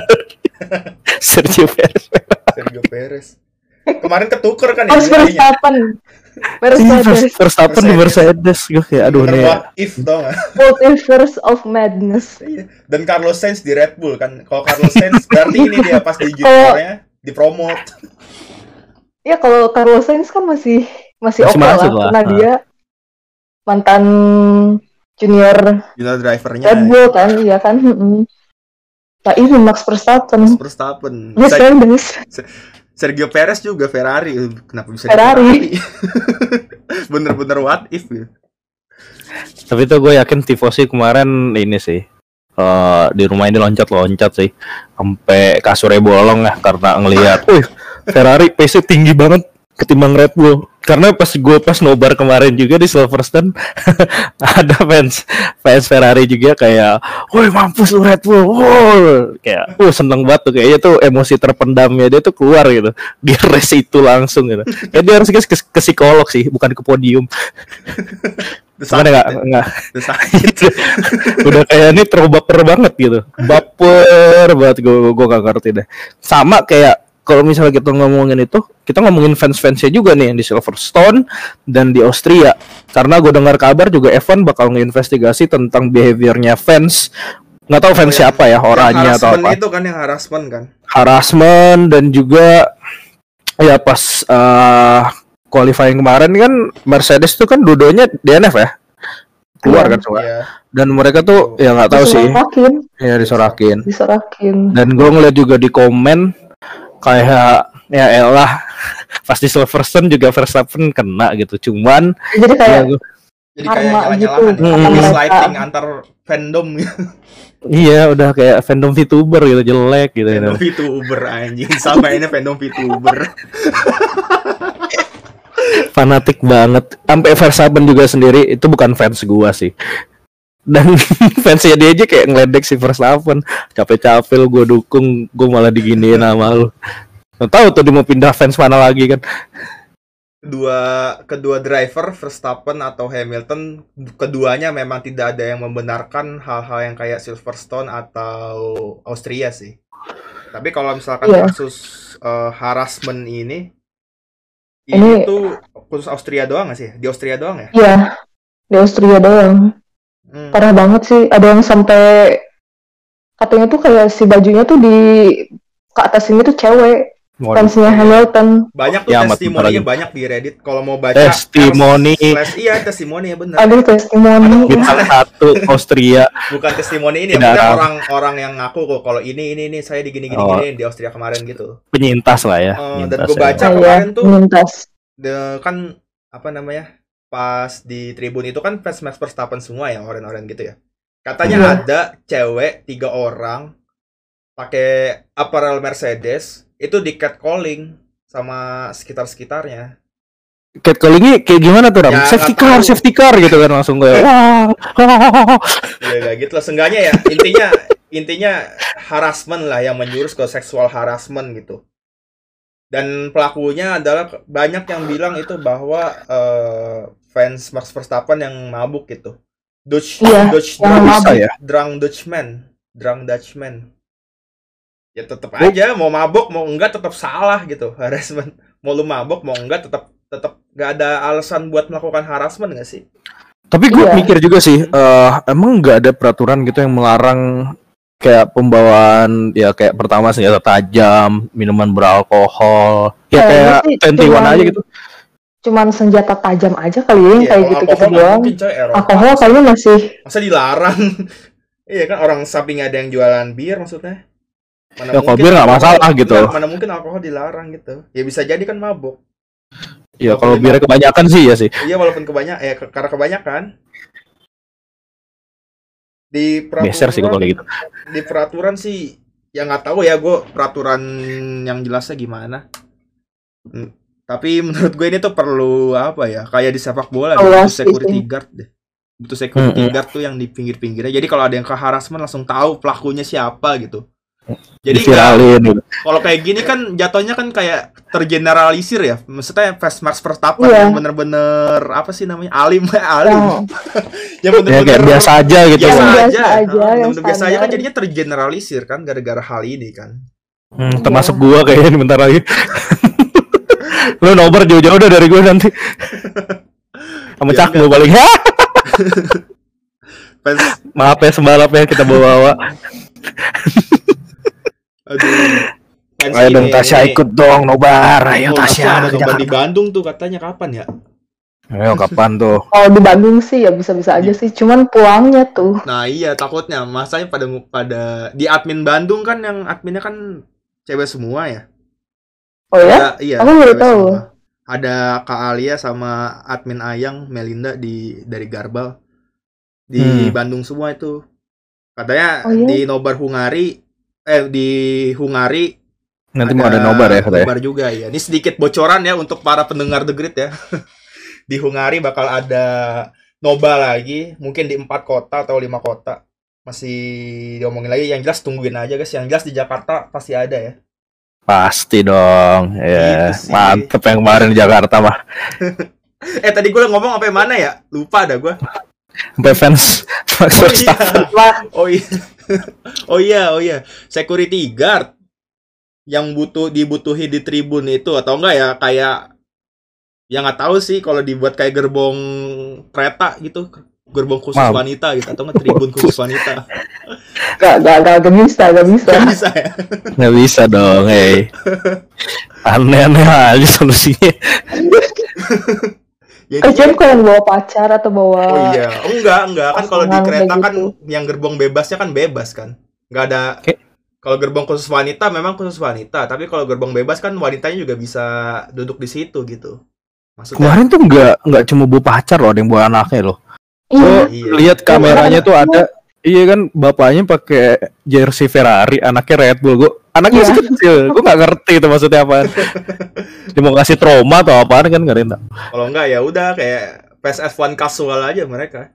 Sergio Perez. Sergio Perez. Kemarin ketuker kan ya. Oh, Verstappen. Mercedes. Verstappen di Mercedes. Gue kayak aduh nih. What if dong. Multiverse of madness. Dan Carlos Sainz di Red Bull kan. Kalau Carlos Sainz berarti ini dia pas di juniornya dipromot. Ya kalau Carlos Sainz kan masih masih oke lah, karena dia mantan junior junior drivernya Red Bull kan, iya kan. Mm-hmm. Nah ini Max Verstappen. Max Verstappen. Mercedes. Sergio Perez juga Ferrari. Kenapa bisa Ferrari? Bener-bener what if ya. Tapi tuh gue yakin tifosi kemarin ini sih. Uh, di rumah ini loncat-loncat sih. Sampai kasurnya bolong ya karena ngelihat, "Wih, Ferrari pace-nya tinggi banget ketimbang Red Bull." Karena pas gue pas nobar kemarin juga di Silverstone ada fans fans Ferrari juga kayak, "Woi mampus lu Red Bull." Wow. Kayak, "Uh, seneng banget tuh kayaknya tuh emosi terpendamnya dia tuh keluar gitu di race itu langsung gitu." Kayak dia harus ke, ke, ke psikolog sih, bukan ke podium. Cuman enggak enggak. Udah kayak ini terlalu baper banget gitu. Baper banget, gue gue enggak ngerti deh. Sama kayak kalau misalnya kita ngomongin itu, kita ngomongin fans-fansnya juga nih di Silverstone dan di Austria. Karena gue dengar kabar juga F satu bakal ngeinvestigasi tentang behaviornya fans. Nggak tahu fans oh, siapa ya, orangnya atau apa. Itu kan yang harassment kan. Harassment dan juga ya pas uh, qualifying kemarin kan Mercedes itu kan dua-duanya D N F ya. Keluar ya, kan semua. Iya. Dan mereka tuh ya nggak tahu sih. Ya disorakin. Disorakin. Dan gue ngeliat juga di komen kayak ya elah pasti Silverstone juga Verstappen kena gitu, cuman jadi kayak ya, jadi kayak nyala-nyalakan gitu, hmm. Sliding antar fandom gitu. Iya udah kayak fandom VTuber gitu, jelek gitu. Fandom VTuber anjing, sama ini fandom VTuber. Fanatik banget. Sampai Verstappen juga sendiri itu bukan fans gua sih. Dan fansnya dia aja kayak ngeledek si Verstappen, capek-capek lu gue dukung, gue malah diginiin sama lu. Tahu tuh dia mau pindah fans mana lagi kan? Kedua kedua driver Verstappen atau Hamilton, keduanya memang tidak ada yang membenarkan hal-hal yang kayak Silverstone atau Austria sih. Tapi kalau misalkan yeah. kasus uh, harassment ini, ini itu khusus Austria doang nggak sih? Di Austria doang ya? Iya, yeah, di Austria doang. Hmm. Parah banget sih, ada yang sampai katanya tuh kayak si bajunya tuh di ke atas ini tuh cewek, fansnya Hamilton. Banyak tuh ya, testimoninya banyak di Reddit. Kalau mau baca testimoni, iya testimoni ya benar. Ada testimoni. Bintang satu Austria. Bukan testimoni ini, ya, orang-orang yang ngaku kok kalau ini ini ini saya di gini-gini oh. gini di Austria kemarin gitu. Penyintas lah ya. Uh, dan gue baca ya. kemarin tuh, penyintas. De, kan apa namanya? Pas di tribun itu kan fans Max Verstappen semua ya, oren-oren gitu ya. Katanya hmm. ada cewek tiga orang pakai apparel Mercedes itu di catcalling sama sekitar-sekitarnya. Catcallingnya kayak gimana tuh, Ram? Ya, safety car, tahu. safety car gitu kan langsung gue. Ya kayak gitu lah, seenggaknya ya. Intinya intinya harassment lah yang menjurus ke seksual harassment gitu. Dan pelakunya adalah banyak yang bilang itu bahwa uh, fans Max Verstappen yang mabuk gitu. Dutch iya, Dutch drunk, ya? drunk Dutchman, drunk Dutchman. Ya tetap aja mau mabuk mau enggak tetap salah gitu harassment. Mau lu mabuk mau enggak tetap tetap enggak ada alasan buat melakukan harassment enggak sih? Tapi gue iya. mikir juga sih, uh, emang enggak ada peraturan gitu yang melarang kayak pembawaan ya kayak pertama senjata tajam, minuman beralkohol, ya, ya kayak twenty one aja gitu. Cuman senjata tajam aja kali ya, iya, kayak gitu-gitu doang. Alkohol kayaknya masih. Masa dilarang? Iya kan orang samping ada yang jualan bir maksudnya. Mana Ya kalau mungkin bir nggak alkohol- masalah gitu. enggak, mana mungkin alkohol dilarang gitu. Ya bisa jadi kan mabuk. Ya kalau birnya kebanyakan sih ya sih. Iya walaupun kebanyak eh ke- karena kebanyakan di Beser sih peraturan kalau kayak gitu. di peraturan sih ya nggak tahu ya gue peraturan yang jelasnya gimana. Hmm, tapi menurut gue ini tuh perlu apa ya, kayak di sepak bola deh, butuh Awas security gitu. guard deh, butuh security Mm-mm. guard tuh yang di pinggir-pinggirnya, jadi kalau ada yang ke harassment langsung tahu pelakunya siapa gitu. Jadi nggak, Diviralin gitu. kalau kayak gini kan jatuhnya kan kayak tergeneralisir ya, maksudnya Fast Max Verstappen Iya. yang bener-bener apa sih namanya, alim alim Yang yang Ya bener-bener kayak biasa aja gitu. biasa Yang aja, biasa aja, Heeh, yang bener-bener biasa aja kan standar. jadinya tergeneralisir kan gara-gara hal ini kan. Hmm, termasuk gua kayaknya bentar lagi. Lu nobar jauh-jauh udah dari gua nanti. Sama Ya Cak gua paling. Hah? Fans, Maaf ya sembalap ya kita bawa-bawa. aduh. Fans Ayo dong ini- Tasya ini- ikut dong nobar. Ayo Oh, Tasya Tasya ada ke nobar di Jakarta. Bandung tuh katanya, kapan ya? Ayo kapan tuh? Kalau di Bandung sih ya bisa-bisa aja sih, cuman pulangnya tuh. Nah iya takutnya masanya pada pada di admin Bandung kan, yang adminnya kan cewek semua ya. Oh ya? Ada, iya. Aku baru cewek tahu. semua. Ada Kak Alia sama admin Ayang Melinda di dari Garbal di Hmm. Bandung semua itu. Katanya Oh, iya? di Nobar Hungari eh di Hungari Nanti mau ada nobar ya katanya. Nobar juga ya. Ini sedikit bocoran ya untuk para pendengar The Grid ya. Di Hungari bakal ada nobar lagi, mungkin di empat kota atau lima kota. Masih diomongin lagi, yang jelas tungguin aja guys. Yang jelas di Jakarta pasti ada ya. Pasti dong. Ya, Gitu sih. mantep yang kemarin di Jakarta mah. Eh tadi gue ngomong apa mana ya? Lupa dah gue. Sampai fans Max Oh iya. Verstappen. Oh iya. Oh iya, oh iya. Security guard yang butuh dibutuhi di tribun itu atau enggak ya, kayak ya nggak tahu sih kalau dibuat kayak gerbong kereta gitu, gerbong khusus Mam. wanita gitu atau enggak tribun khusus wanita. Gak, gak, gak, gak bisa, gak bisa. Nggak bisa ya. Nggak bisa dong, hey. Aneh-aneh aja solusinya. Jadi Kecuali kalau yang bawa pacar atau bawa... oh iya, enggak, enggak kan kalau di Pasangan kereta kayak kan gitu. yang gerbong bebasnya kan bebas kan. Nggak ada. Oke. Kalau gerbong khusus wanita memang khusus wanita, tapi kalau gerbong bebas kan wanitanya juga bisa duduk di situ gitu. Maksudnya Kemarin tuh nggak nggak cuma bawa pacar loh, ada yang bawa anaknya loh. Iya. Lo Iya. lihat kameranya tuh ada, iya kan bapaknya pakai jersey Ferrari, anaknya Red Bull. Gua anaknya Iya. masih kecil, gua nggak ngerti itu maksudnya apaan. Dia mau kasih trauma atau apaan kan nggak ada. kalau enggak ya udah kayak P S F satu casual aja mereka.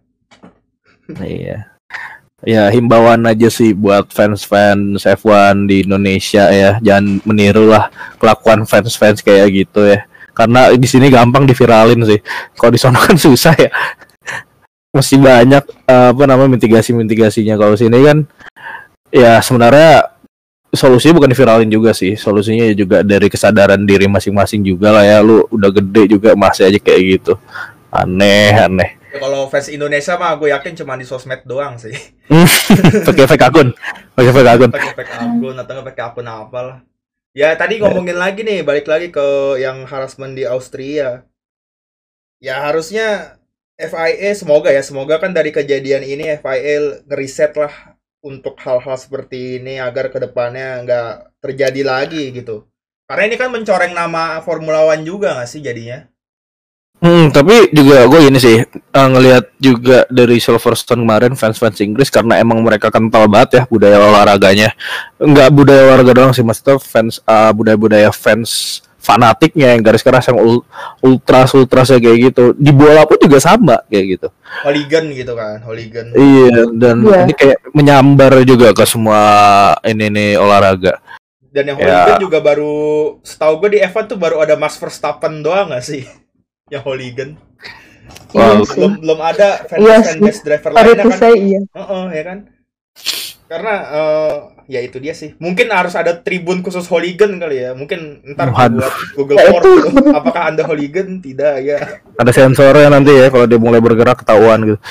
Iya. Ya himbauan aja sih buat fans-fans F satu di Indonesia ya, jangan meniru lah kelakuan fans-fans kayak gitu ya. Karena di sini gampang diviralin sih. Kalau di sana kan susah ya. Masih banyak eh, apa namanya mitigasi-mitigasinya. Kalau sini kan ya sebenarnya solusinya bukan diviralin juga sih. Solusinya juga dari kesadaran diri masing-masing juga lah ya. Lu udah gede juga masih aja kayak gitu. Aneh, aneh. Ya, kalau fans Indonesia mah gue yakin cuma di sosmed doang sih. Pakai fake akun. Pakai fake akun. Pakai fake akun atau nggak pakai akun apa lah. Ya tadi ngomongin lagi nih, balik lagi ke yang harassment di Austria. Ya harusnya F I A semoga ya, semoga kan dari kejadian ini F I A ngeriset lah untuk hal-hal seperti ini agar kedepannya nggak terjadi lagi gitu. Karena ini kan mencoreng nama Formula One juga nggak sih jadinya? Hmm, tapi juga gue ini sih uh, ngelihat juga dari Silverstone kemarin fans-fans Inggris karena emang mereka kental banget ya budaya olahraganya. Enggak budaya olahraga doang sih, maksudnya fans uh, budaya-budaya fans fanatiknya yang garis keras yang ul- ultras ultrasnya kayak gitu. Di bola pun juga sama kayak gitu. Hooligan gitu kan, hooligan. Iya, dan Iya. ini kayak menyambar juga ke semua ini nih olahraga. Dan yang Ya. hooligan juga baru, setahu gue di F satu tuh baru ada Max Verstappen doang nggak sih? Yang hooligan. Iya Wow. sih. Belum belum ada Iya fan sih. base driver Sorry lainnya to kan? say, iya. Heeh, ya kan? Karena eh, ya itu dia sih. Mungkin harus ada tribun khusus hooligan kali ya. Mungkin ntar Waduh. buat Google Ya, Form itu. gitu. Apakah Anda hooligan? Tidak ya. Ada sensornya nanti ya kalau dia mulai bergerak ketahuan gitu.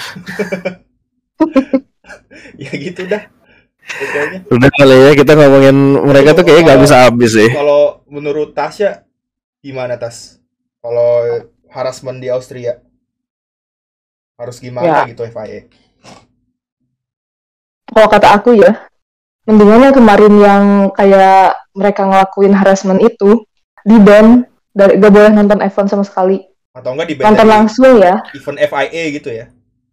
Ya gitu dah. Pokoknya. Udah kali ya kita ngomongin mereka tuh kayaknya nggak bisa habis sih. Kalau menurut Tasya gimana Tas? Kalau harassment di Austria harus gimana Ya. gitu F I A? Kalau kata aku ya, Mendingan yang kemarin yang kayak mereka ngelakuin harassment itu di ban, dari gak boleh nonton F satu sama sekali. Atau enggak di ban Nonton dari langsung ya. event F I A gitu ya.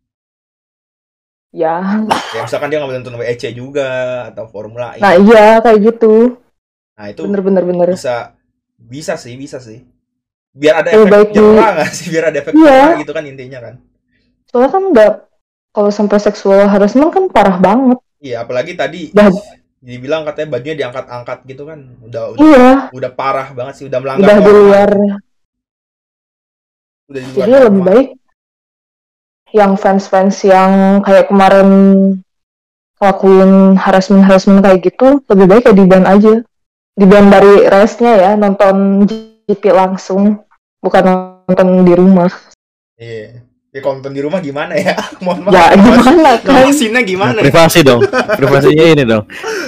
Ya. Ya misalkan dia nggak boleh nonton W E C juga atau Formula E. Nah iya kayak gitu. Nah itu Bener-bener bener. bisa bisa sih bisa sih. Biar ada Lebih efek baik di- jerah nggak sih? Biar ada efek Iya. jerah gitu kan intinya kan. Soalnya kan udah kalau sampai seksual harassment kan parah banget. Iya, apalagi tadi Udah, dibilang katanya bajunya diangkat-angkat gitu kan. Udah udah, iya, udah parah banget sih, udah melanggar udah di norma. luar. Udah di luar Jadi lebih norma. baik yang fans-fans yang kayak kemarin ngelakuin harassment-harassment kayak gitu, lebih baik ya di-ban aja. Di-ban dari race-nya ya, nonton G P langsung, bukan nonton di rumah. Iya. Ya kalau nonton di rumah gimana ya? Mohon maaf. Ya gimana kan? Ngawasinnya gimana ya? Privasi dong, privasinya ini dong.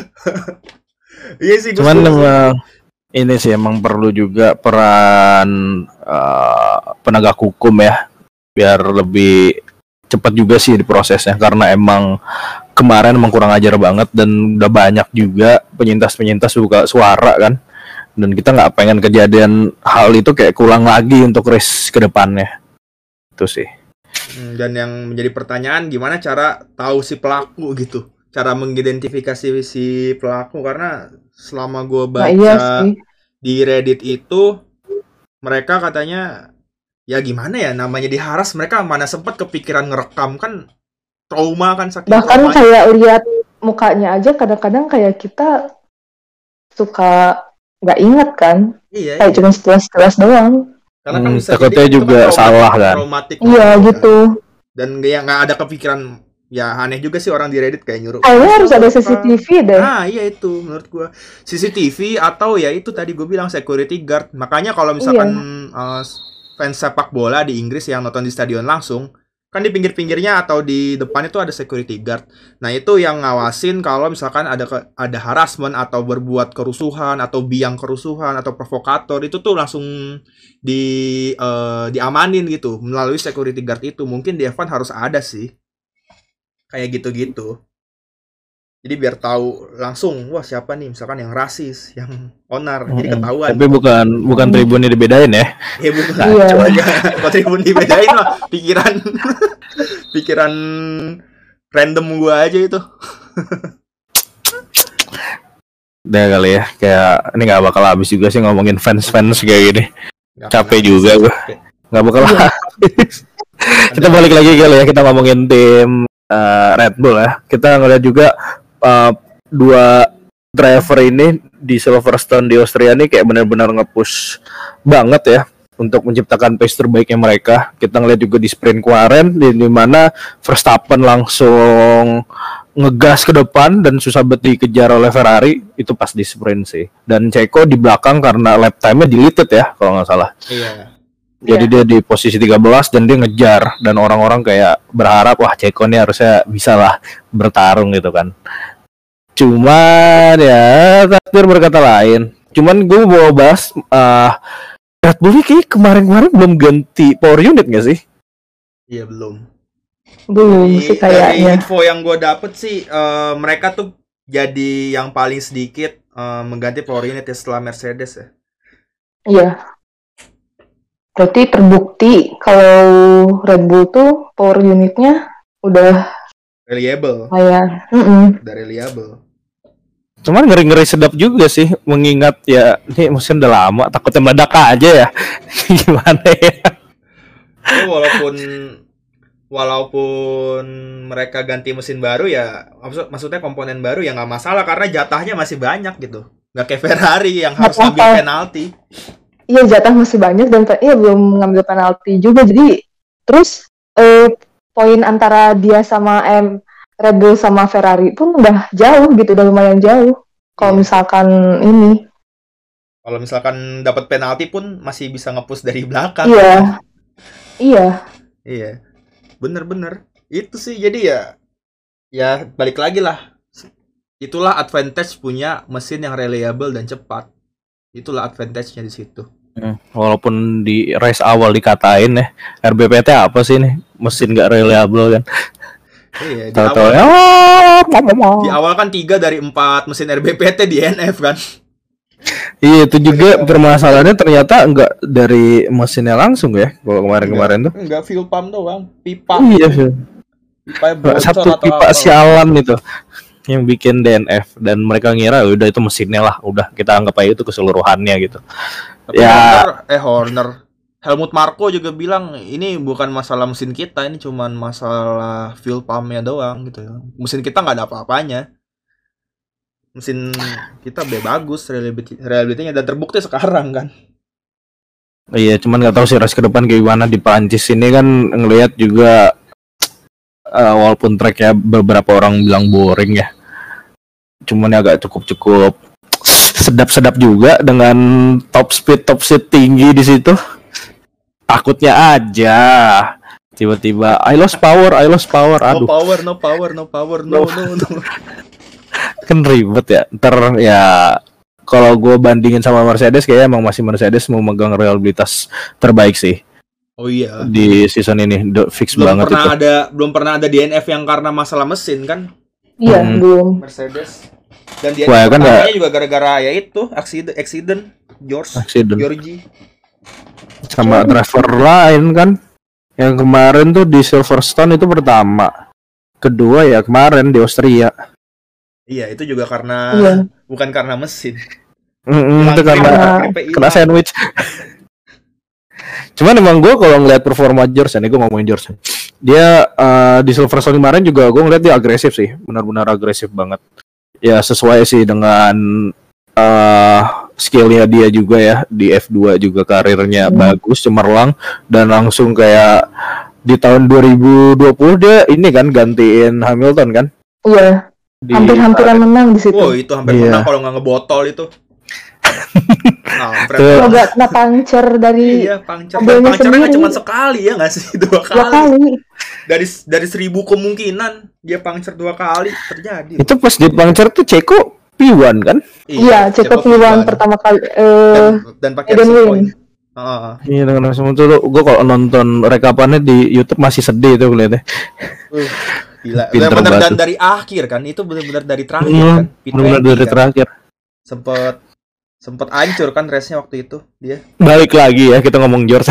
Iya sih, gue Cuman setuju. emang ini sih emang perlu juga peran uh, penegak hukum ya, biar lebih cepat juga sih di prosesnya, karena emang kemarin emang kurang ajar banget dan udah banyak juga penyintas-penyintas buka suara kan, dan kita nggak pengen kejadian hal itu kayak kulang lagi untuk race ke depannya. Itu sih. Hmm, dan yang menjadi pertanyaan gimana cara tahu si pelaku gitu, cara mengidentifikasi si pelaku, karena selama gue Nah baca iya sih. di Reddit itu mereka katanya ya gimana ya, namanya diharas, mereka mana sempat kepikiran ngerekam kan, trauma kan, saking Bahkan traumanya. kayak lihat mukanya aja kadang-kadang kayak kita suka nggak inget kan, Iya, kayak iya. cuma sekilas-sekilas doang. Karena Hmm, kan bisa takutnya jadi kan itu juga kan traumatik- salah kan. traumatik Iya banget kan. gitu. Dan ya nggak ada kepikiran, ya aneh juga sih orang di Reddit kayak nyuruh. Kayaknya harus ada "Rekam." C C T V deh. Ah iya itu menurut gua C C T V atau ya itu tadi gue bilang security guard. Makanya kalau misalkan uh, fans sepak bola di Inggris yang nonton di stadion langsung, kan di pinggir-pinggirnya atau di depan itu ada security guard. Nah itu yang ngawasin kalau misalkan ada ke, ada harassment atau berbuat kerusuhan atau biang kerusuhan atau provokator, itu tuh langsung di uh, diamanin gitu melalui security guard itu. Mungkin di Evan harus ada sih kayak gitu-gitu. Jadi biar tahu langsung, wah siapa nih misalkan yang rasis, yang onar, jadi ketahuan. Tapi bukan bukan tribunnya dibedain ya. Ya bukan. Iya. Coba aja. Kalau tribun dibedain mah pikiran pikiran random gua aja itu. Udah kali ya, kayak ini nggak bakal habis juga sih ngomongin fans-fans kayak gini. Nggak Capek pernah juga habis. gua. Nggak bakal Iya. habis. Kita balik lagi kali ya, kita ngomongin tim uh, Red Bull ya. Kita ngeliat juga uh, dua driver ini di Silverstone di Austria nih kayak benar-benar nge-push banget ya untuk menciptakan pace terbaiknya mereka. Kita ngeliat juga di sprint kemarin di, di mana Verstappen langsung ngegas ke depan dan susah banget dikejar oleh Ferrari itu pas di sprint sih. Dan Checo di belakang karena lap time-nya deleted ya kalau nggak salah. Iya. Jadi dia di posisi tiga belas dan dia ngejar, dan orang-orang kayak berharap wah Checo nih harusnya bisa lah bertarung gitu kan. Cuman ya takdir berkata lain. Cuman gue mau bahas uh, Red Bull ini kayak kemarin-kemarin belum ganti power unit gak sih? Iya belum. Belum Dari, sih dari kayaknya. info yang gue dapet sih eh, mereka tuh jadi yang paling sedikit eh, mengganti power unit ya setelah Mercedes ya. Iya. Berarti terbukti kalau Red Bull tuh power unitnya udah Reliable, kayak, mm-mm. udah reliable. Cuman ngeri-ngeri sedap juga sih, mengingat ya ini mesin udah lama, takutnya meledak aja ya. Gimana ya? Ya, walaupun walaupun mereka ganti mesin baru ya, maksud, maksudnya komponen baru ya nggak masalah karena jatahnya masih banyak gitu. Nggak kayak Ferrari yang harus Nggak ambil apa-apa. penalti. Iya jatah masih banyak dan iya belum mengambil penalti juga. Jadi terus eh, poin antara dia sama M Red Bull sama Ferrari pun udah jauh gitu, udah lumayan jauh. Kalau Iya. misalkan ini, Kalau misalkan dapat penalti pun masih bisa nge-push dari belakang. iya, iya, Iya. Bener-bener. Itu sih jadi ya ya balik lagi lah. Itulah advantage punya mesin yang reliable dan cepat. Itulah advantage-nya di situ. Hmm, walaupun di race awal dikatain ya R B P T apa sih nih mesin gak reliable kan. Iya, di Tahu-tahu awal ya oh, Di awal kan tiga dari empat mesin R B P T di N F kan. Iya itu juga permasalahannya ternyata enggak dari mesinnya langsung ya kalau kemarin-kemarin tuh. Enggak fuel pump doang, pipa. Iya, Pipa satu pipa sialan itu yang bikin D N F dan mereka ngira udah itu mesinnya lah, udah kita anggap aja itu keseluruhannya gitu. Tapi ya Horner, eh Horner, Helmut Marko juga bilang ini bukan masalah mesin kita, ini cuman masalah fuel pumpnya doang gitu ya. Mesin kita nggak ada apa-apanya. Mesin kita be bagus reliability-nya dan terbukti sekarang kan. Iya, cuman nggak tahu sih race ke depan kayak gimana di Prancis ini kan ngelihat juga uh, walaupun tracknya beberapa orang bilang boring ya, cuman ya agak cukup-cukup sedap-sedap juga dengan top speed top speed tinggi di situ. Takutnya aja tiba-tiba I lost power, I lost power, aduh. No power, no power, no power, no no no. Kan ribet ya. Ntar ya kalau gue bandingin sama Mercedes kayaknya emang masih Mercedes mau megang reliabilitas terbaik sih. Oh iya. Di season ini udah fix belum banget pernah itu. ada belum pernah ada D N F yang karena masalah mesin kan? Iya, Hmm. belum. Mercedes. Dan D N F Wah, kan pertamanya ya- juga gara-gara ya itu accident accident George Accident. Georgie. Sama driver lain kan. Yang kemarin tuh di Silverstone itu pertama. Kedua ya kemarin di Austria. Iya, itu juga karena Iya. bukan karena mesin. Mm-mm, itu Hilang karena grip, gripnya kena hilang. sandwich. Cuman emang gue kalau ngeliat performa George, ini gue ngomongin George, dia uh, di Silverstone kemarin juga gue ngeliat dia agresif sih, benar-benar agresif banget. Ya sesuai sih dengan uh, skillnya dia juga ya, di F dua juga karirnya Hmm. bagus, cemerlang, dan langsung kayak di tahun dua ribu dua puluh dia ini kan gantiin Hamilton kan. Iya, Di, hampir-hampiran menang di situ. Oh, itu hampir Iya. menang kalau nggak ngebotol itu. Nah, Tuh. Kalau nggak kena puncture dari iya, puncture. mobilnya Puncture-nya sendiri. cuma sekali ya nggak sih? Dua kali. dua kali. Dari dari seribu kemungkinan dia puncture dua kali terjadi. itu pas di puncture tuh Ceko P satu kan? Iya, Ceko P satu pertama kali. Eh, dan, dan pakai Eden racing Win. point. Heeh. Iya dengan semua itu gue kalau nonton rekapannya di YouTube masih sedih tuh ngeliatnya. Uh, gila. Pinter Benar-benar banget dan tuh. dari akhir kan, itu benar-benar dari terakhir Iya, kan. P dua puluh benar dari kan. terakhir. Sempet sempet hancur kan race-nya waktu itu dia. Balik lagi ya kita ngomong George.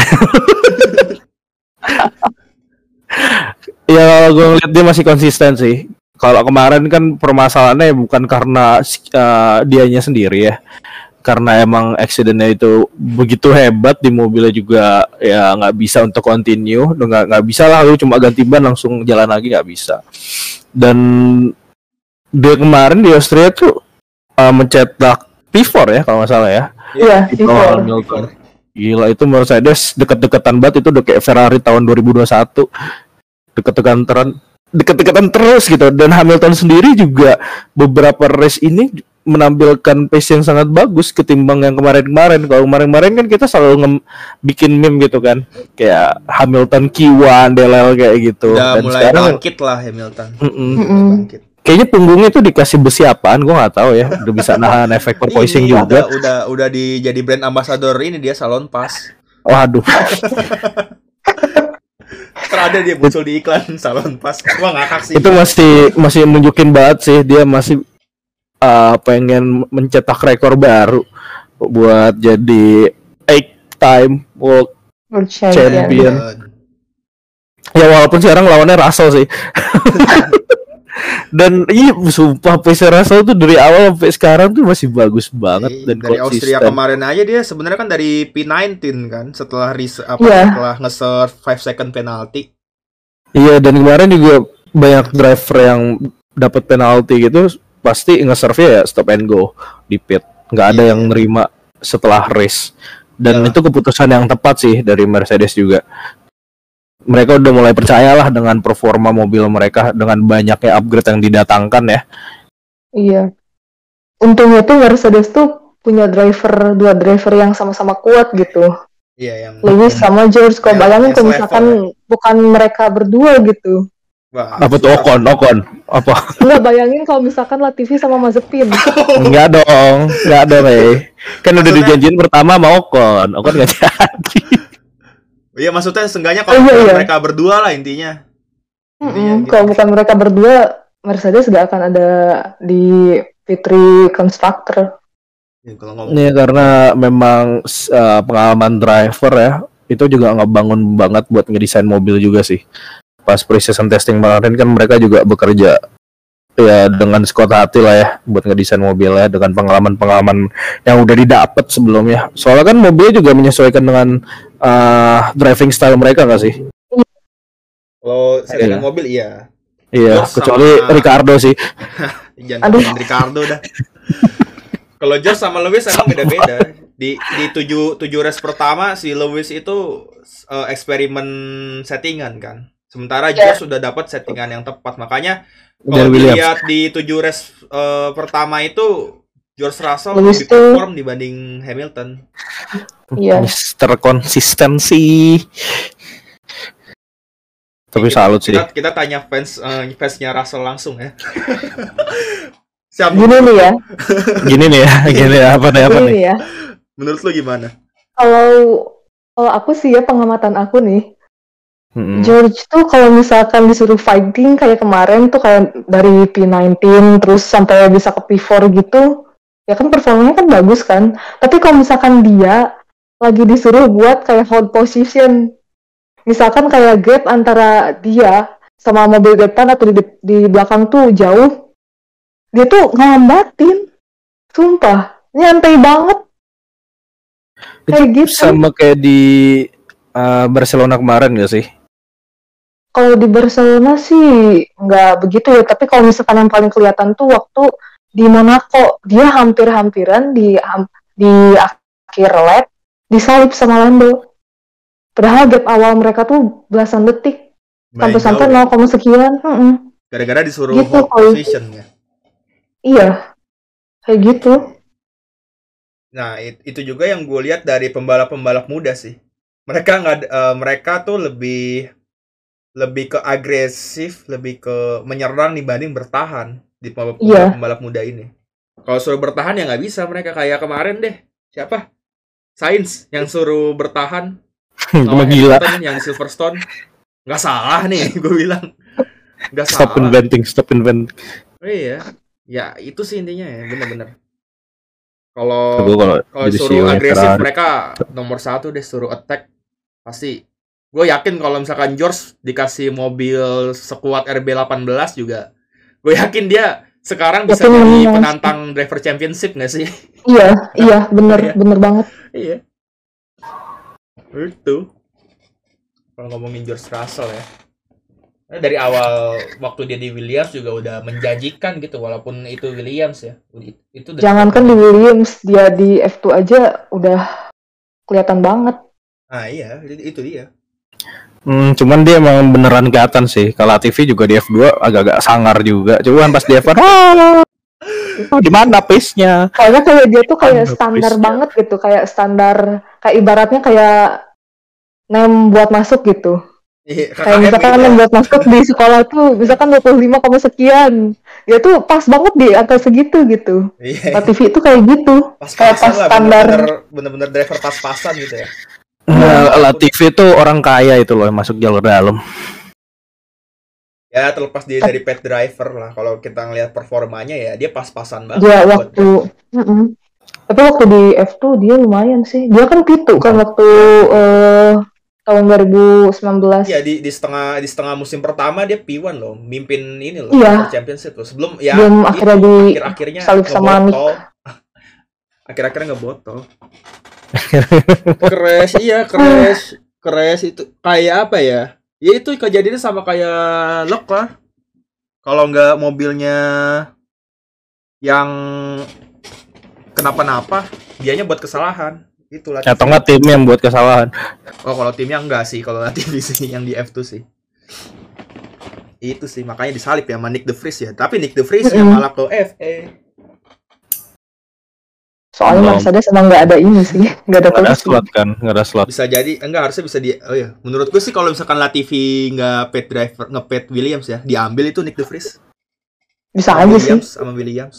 Ya gue ngeliat dia masih konsisten sih. Kalau kemarin kan permasalahannya bukan karena uh, dianya sendiri ya, karena emang accidentnya itu begitu hebat di mobilnya juga ya nggak bisa untuk continue, nggak nggak bisa lah lu cuma ganti ban langsung jalan lagi nggak bisa. Dan dia kemarin di Austria tuh uh, mencetak P empat ya kalau nggak salah ya. Iya, Di P bawah empat. Hamilton. Gila itu Mercedes deket-deketan banget, itu udah kayak Ferrari tahun dua ribu dua puluh satu. Deket-deketan terus, deket-deketan terus gitu. Dan Hamilton sendiri juga beberapa race ini menampilkan pace yang sangat bagus ketimbang yang kemarin-kemarin. Kalau kemarin-kemarin kan kita selalu nge- bikin meme gitu kan. Kayak Hamilton Q satu, D L L kayak gitu. Udah Dan mulai sekarang bangkit lah Hamilton. mm-mm. Mm-mm. Bangkit. Kayaknya punggungnya tuh dikasih besi apaan, gue nggak tau ya. Udah bisa nahan efek porpoising Ini juga. Udah udah udah di jadi brand ambassador ini dia Salon Pass. Waduh. Terada dia muncul di iklan Salon Pass. Gua ngakak sih. Itu masih masih nunjukin banget sih dia masih uh, pengen mencetak rekor baru buat jadi eight time world World Champion. champion. Ya walaupun sekarang lawannya Russell sih. Dan iya sumpah pace Russell tuh dari awal sampai sekarang tuh masih bagus banget Iya, dan dari Austria konsisten. kemarin aja dia sebenarnya kan dari P sembilan belas kan setelah res- apa Iya. setelah nge-serve five second penalty. Iya dan kemarin juga banyak driver yang dapat penalti gitu pasti nge-serve ya stop and go di pit. Nggak ada Iya. yang nerima setelah race. Dan Iyalah. itu keputusan yang tepat sih dari Mercedes juga. Mereka udah mulai percayalah dengan performa mobil mereka dengan banyaknya upgrade yang didatangkan ya. Iya. Untungnya tuh Mercedes tuh punya driver, dua driver yang sama-sama kuat gitu. Iya yang Lewis sama George. Kalau Yang- bayangin yang kalau selevel misalkan bukan mereka berdua gitu. wah, Apa tuh Ocon, Ocon? Apa? Nggak bayangin kalau misalkan Latifi sama Mazepin. Enggak dong, enggak dong, eh. Kan udah Maksudnya- dijanjiin pertama sama Ocon. Ocon enggak jadi. Iya maksudnya seenggaknya kalau Oh, iya, bukan iya. mereka berdua lah intinya. Mm-mm, gitu. Kalau bukan mereka berdua, Mercedes gak akan ada di Fitri Constructor. Ya, kalau ngomong Ini karena memang uh, pengalaman driver ya, itu juga ngebangun banget buat ngedesain mobil juga sih. Pas pre-season testing kemarin kan mereka juga bekerja ya dengan sekuat hati lah ya buat ngedesain mobilnya dengan pengalaman-pengalaman yang udah didapat sebelumnya. Soalnya kan mobilnya juga menyesuaikan dengan uh, driving style mereka nggak sih? kalau settingan Iya. mobil iya. Iya, George kecuali sama- Ricardo sih. Jangan Aduh. ngomongin Ricardo dah. Kalau George sama Lewis emang beda-beda. Di di tujuh tujuh race pertama si Lewis itu eh, eksperimen settingan kan. Sementara Iya. George sudah dapat settingan yang tepat. Makanya Dari kalau Williams. dilihat di tujuh race eh, pertama itu George Russell Lewis lebih tuh- perform dibanding Hamilton. Iya. Mister Konsistensi. Tapi Kita- salut sih. Kita, kita tanya fans eh, fansnya Russell langsung ya. Siapa? Gini nih ya, Gini nih ya, gini ya, apa nih apa gini nih? nih ya. Menurut lu gimana? Kalau kalau aku sih ya pengamatan aku nih, Mm-mm. George tuh kalau misalkan disuruh fighting kayak kemarin tuh kayak dari P sembilan belas terus sampai bisa ke P empat gitu, ya kan performanya kan bagus kan. Tapi kalau misalkan dia lagi disuruh buat kayak hold position, misalkan kayak gap antara dia sama mobil depan atau di, di belakang tuh jauh, dia tuh ngelambatin, sumpah, nyantai banget. Kayak Itu gitu. sama kayak di uh, Barcelona kemarin gak sih? Kalau di Barcelona sih nggak begitu ya, tapi kalau misalkan yang paling kelihatan tuh waktu di Monaco, dia hampir-hampiran di ham- di akhir lap disalip sama Lando. Padahal gap awal mereka tuh belasan detik, Main sampai-sampai jauh ya. nol, sekian. Mm-mm. Gara-gara disuruh Gitu, hold kalau- position ya. Iya, kayak gitu. Nah, it- itu juga yang gue lihat dari pembalap-pembalap muda sih. Mereka nggak, eh, mereka tuh lebih lebih ke agresif, lebih ke menyerang dibanding bertahan di pembalap, Iya. pembalap muda ini. Kalau suruh bertahan ya nggak bisa mereka kayak kemarin deh. Siapa? Sainz yang suruh bertahan. Cuma lawan gila. Hamilton yang di Silverstone. Nggak salah nih, gue bilang. Nggak Stop salah. inventing, stop inventing. Oh, iya. Ya itu sih intinya ya, bener-bener. Kalau Coba kalau kalau jadi suruh C E O nya agresif Ferrari. mereka nomor satu deh, suruh attack pasti. Gue yakin kalau misalkan George dikasih mobil sekuat R B delapan belas juga, gue yakin dia sekarang bisa Yakin jadi menang. penantang driver championship nggak sih? Iya, iya, bener, Iya. bener banget. Iya. Itu. Kalau ngomongin George Russell ya. Eh, Dari awal waktu dia di Williams juga udah menjanjikan gitu, walaupun itu Williams ya. Itu udah- Jangankan di Williams, dia di F dua aja udah kelihatan banget. Ah iya, itu dia. Hmm, cuman dia emang beneran kelihatan sih. Kalau T V juga di F dua agak-agak sangar juga. Cuman pas di F satu, "Ah, oh, di mana pace-nya?" Soalnya kayak dia tuh kayak Standar standar pace-nya. banget gitu, kayak standar, kayak ibaratnya kayak nem buat masuk gitu. Iya, Kayak K K M misalkan gitu. nem buat masuk di sekolah tuh, misalkan dua puluh lima koma sekian. Dia tuh pas banget di angka segitu gitu. Iya, Nah, T V itu kayak gitu. Kayak pas-pasan pas lah, standar. bener-bener bener-bener driver pas-pasan gitu ya. Nah, Latifi itu orang kaya itu loh yang masuk jalur dalam. Ya terlepas dia dari pet driver lah, kalau kita ngelihat performanya ya dia pas-pasan banget. Dia buat waktu, Mm-mm. tapi waktu di F dua dia lumayan sih. Dia kan pitu kan waktu eh, tahun dua ribu sembilan belas. Iya, di di setengah di setengah musim pertama dia P satu loh, mimpin ini loh, Iya. World Championship loh. Sebelum ya Belum itu, akhirnya di- akhir-akhirnya salip sama ngebotol. Akhir-akhirnya ngebotol. Crash, iya crash, crash itu kayak apa ya? Ya itu kejadiannya sama kayak Lok lah. Kalau nggak mobilnya yang kenapa-napa, dianya buat kesalahan. Itulah. Atau nggak tim yang buat kesalahan. Oh, kalau timnya enggak sih, kalau T V sih yang di F dua sih. Itu sih makanya disalip ya sama Nick De Vries ya. Tapi Nick De Vries yang Mm-mm. malah ke F E. Soalnya Belum. Mercedes emang nggak ada ini sih, nggak ada Nggak ada kursi. slot kan, nggak ada slot. Bisa jadi enggak, harusnya bisa di oh ya. Menurut gue sih kalau misalkan Latifi nggak pet driver, nge-pet Williams ya, diambil itu Nick De Vries. Bisa Sama aja sih. Williams sama Williams.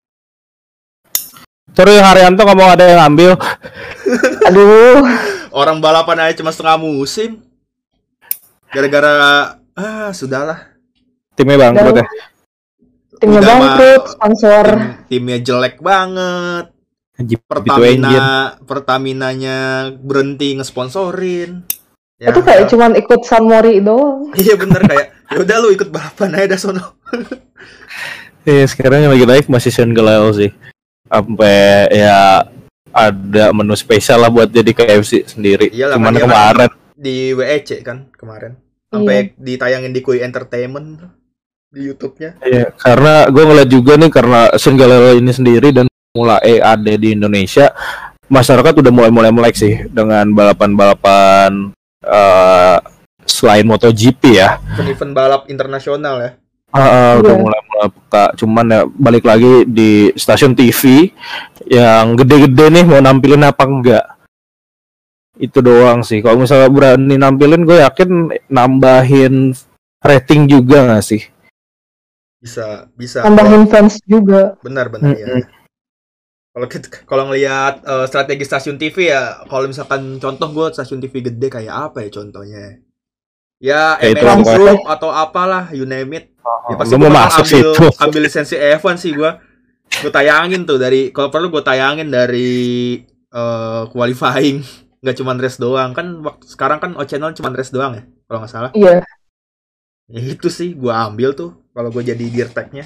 Terus yang Haryanto nggak mau ada yang ambil. Aduh, Orang balapan aja cuma setengah musim. Gara-gara ah sudahlah. Timnya bangkrut ya. Timnya udah mah bangkrut, sponsor. tim, timnya jelek banget. G P dua engine. Pertamina Pertaminanya berhenti ngesponsorin. Ya, Itu kayak udah. cuman ikut San Mori doang. Iya bener, kayak ya udah lu ikut balapan aja dah sono. Iya, sekarang yang lagi naik masih Shanghai sih. Sampai ya ada menu spesial lah buat jadi K F C sendiri. Iyalah, Cuman kan dia kan kemarin di W E C kan kemarin. Sampai ditayangin di Kui Entertainment di YouTube-nya. iya, karena gue ngeliat juga nih karena Shanghai ini sendiri dan mulai ada di Indonesia, masyarakat udah mulai-mulai melek sih dengan balapan-balapan uh, selain MotoGP ya. Event-event balap internasional ya. Uh, udah Iya. mulai-mulai peka. Cuman ya balik lagi di stasiun T V yang gede-gede nih mau nampilin apa enggak. Itu doang sih. Kalau misalnya berani nampilin, gue yakin nambahin rating juga nggak sih? Bisa, bisa. Tambahin fans juga. Benar-benar ya. Mm-mm. Kalau kita kalau ngelihat uh, strategi stasiun T V ya, kalau misalkan contoh gue stasiun T V gede kayak apa ya contohnya? Ya, Kayak M itu L lah, Group atau apalah, you name it. Ya pasti Lu gue mau bakal masuk ambil situ. ambil lisensi F satu sih gue. Gue tayangin tuh dari, kalau perlu gue tayangin dari uh, qualifying, nggak cuma race doang kan. Waktu sekarang kan O channel cuma race doang ya, kalau nggak salah. Iya. Ya itu sih gue ambil tuh kalau gue jadi gear tag-nya.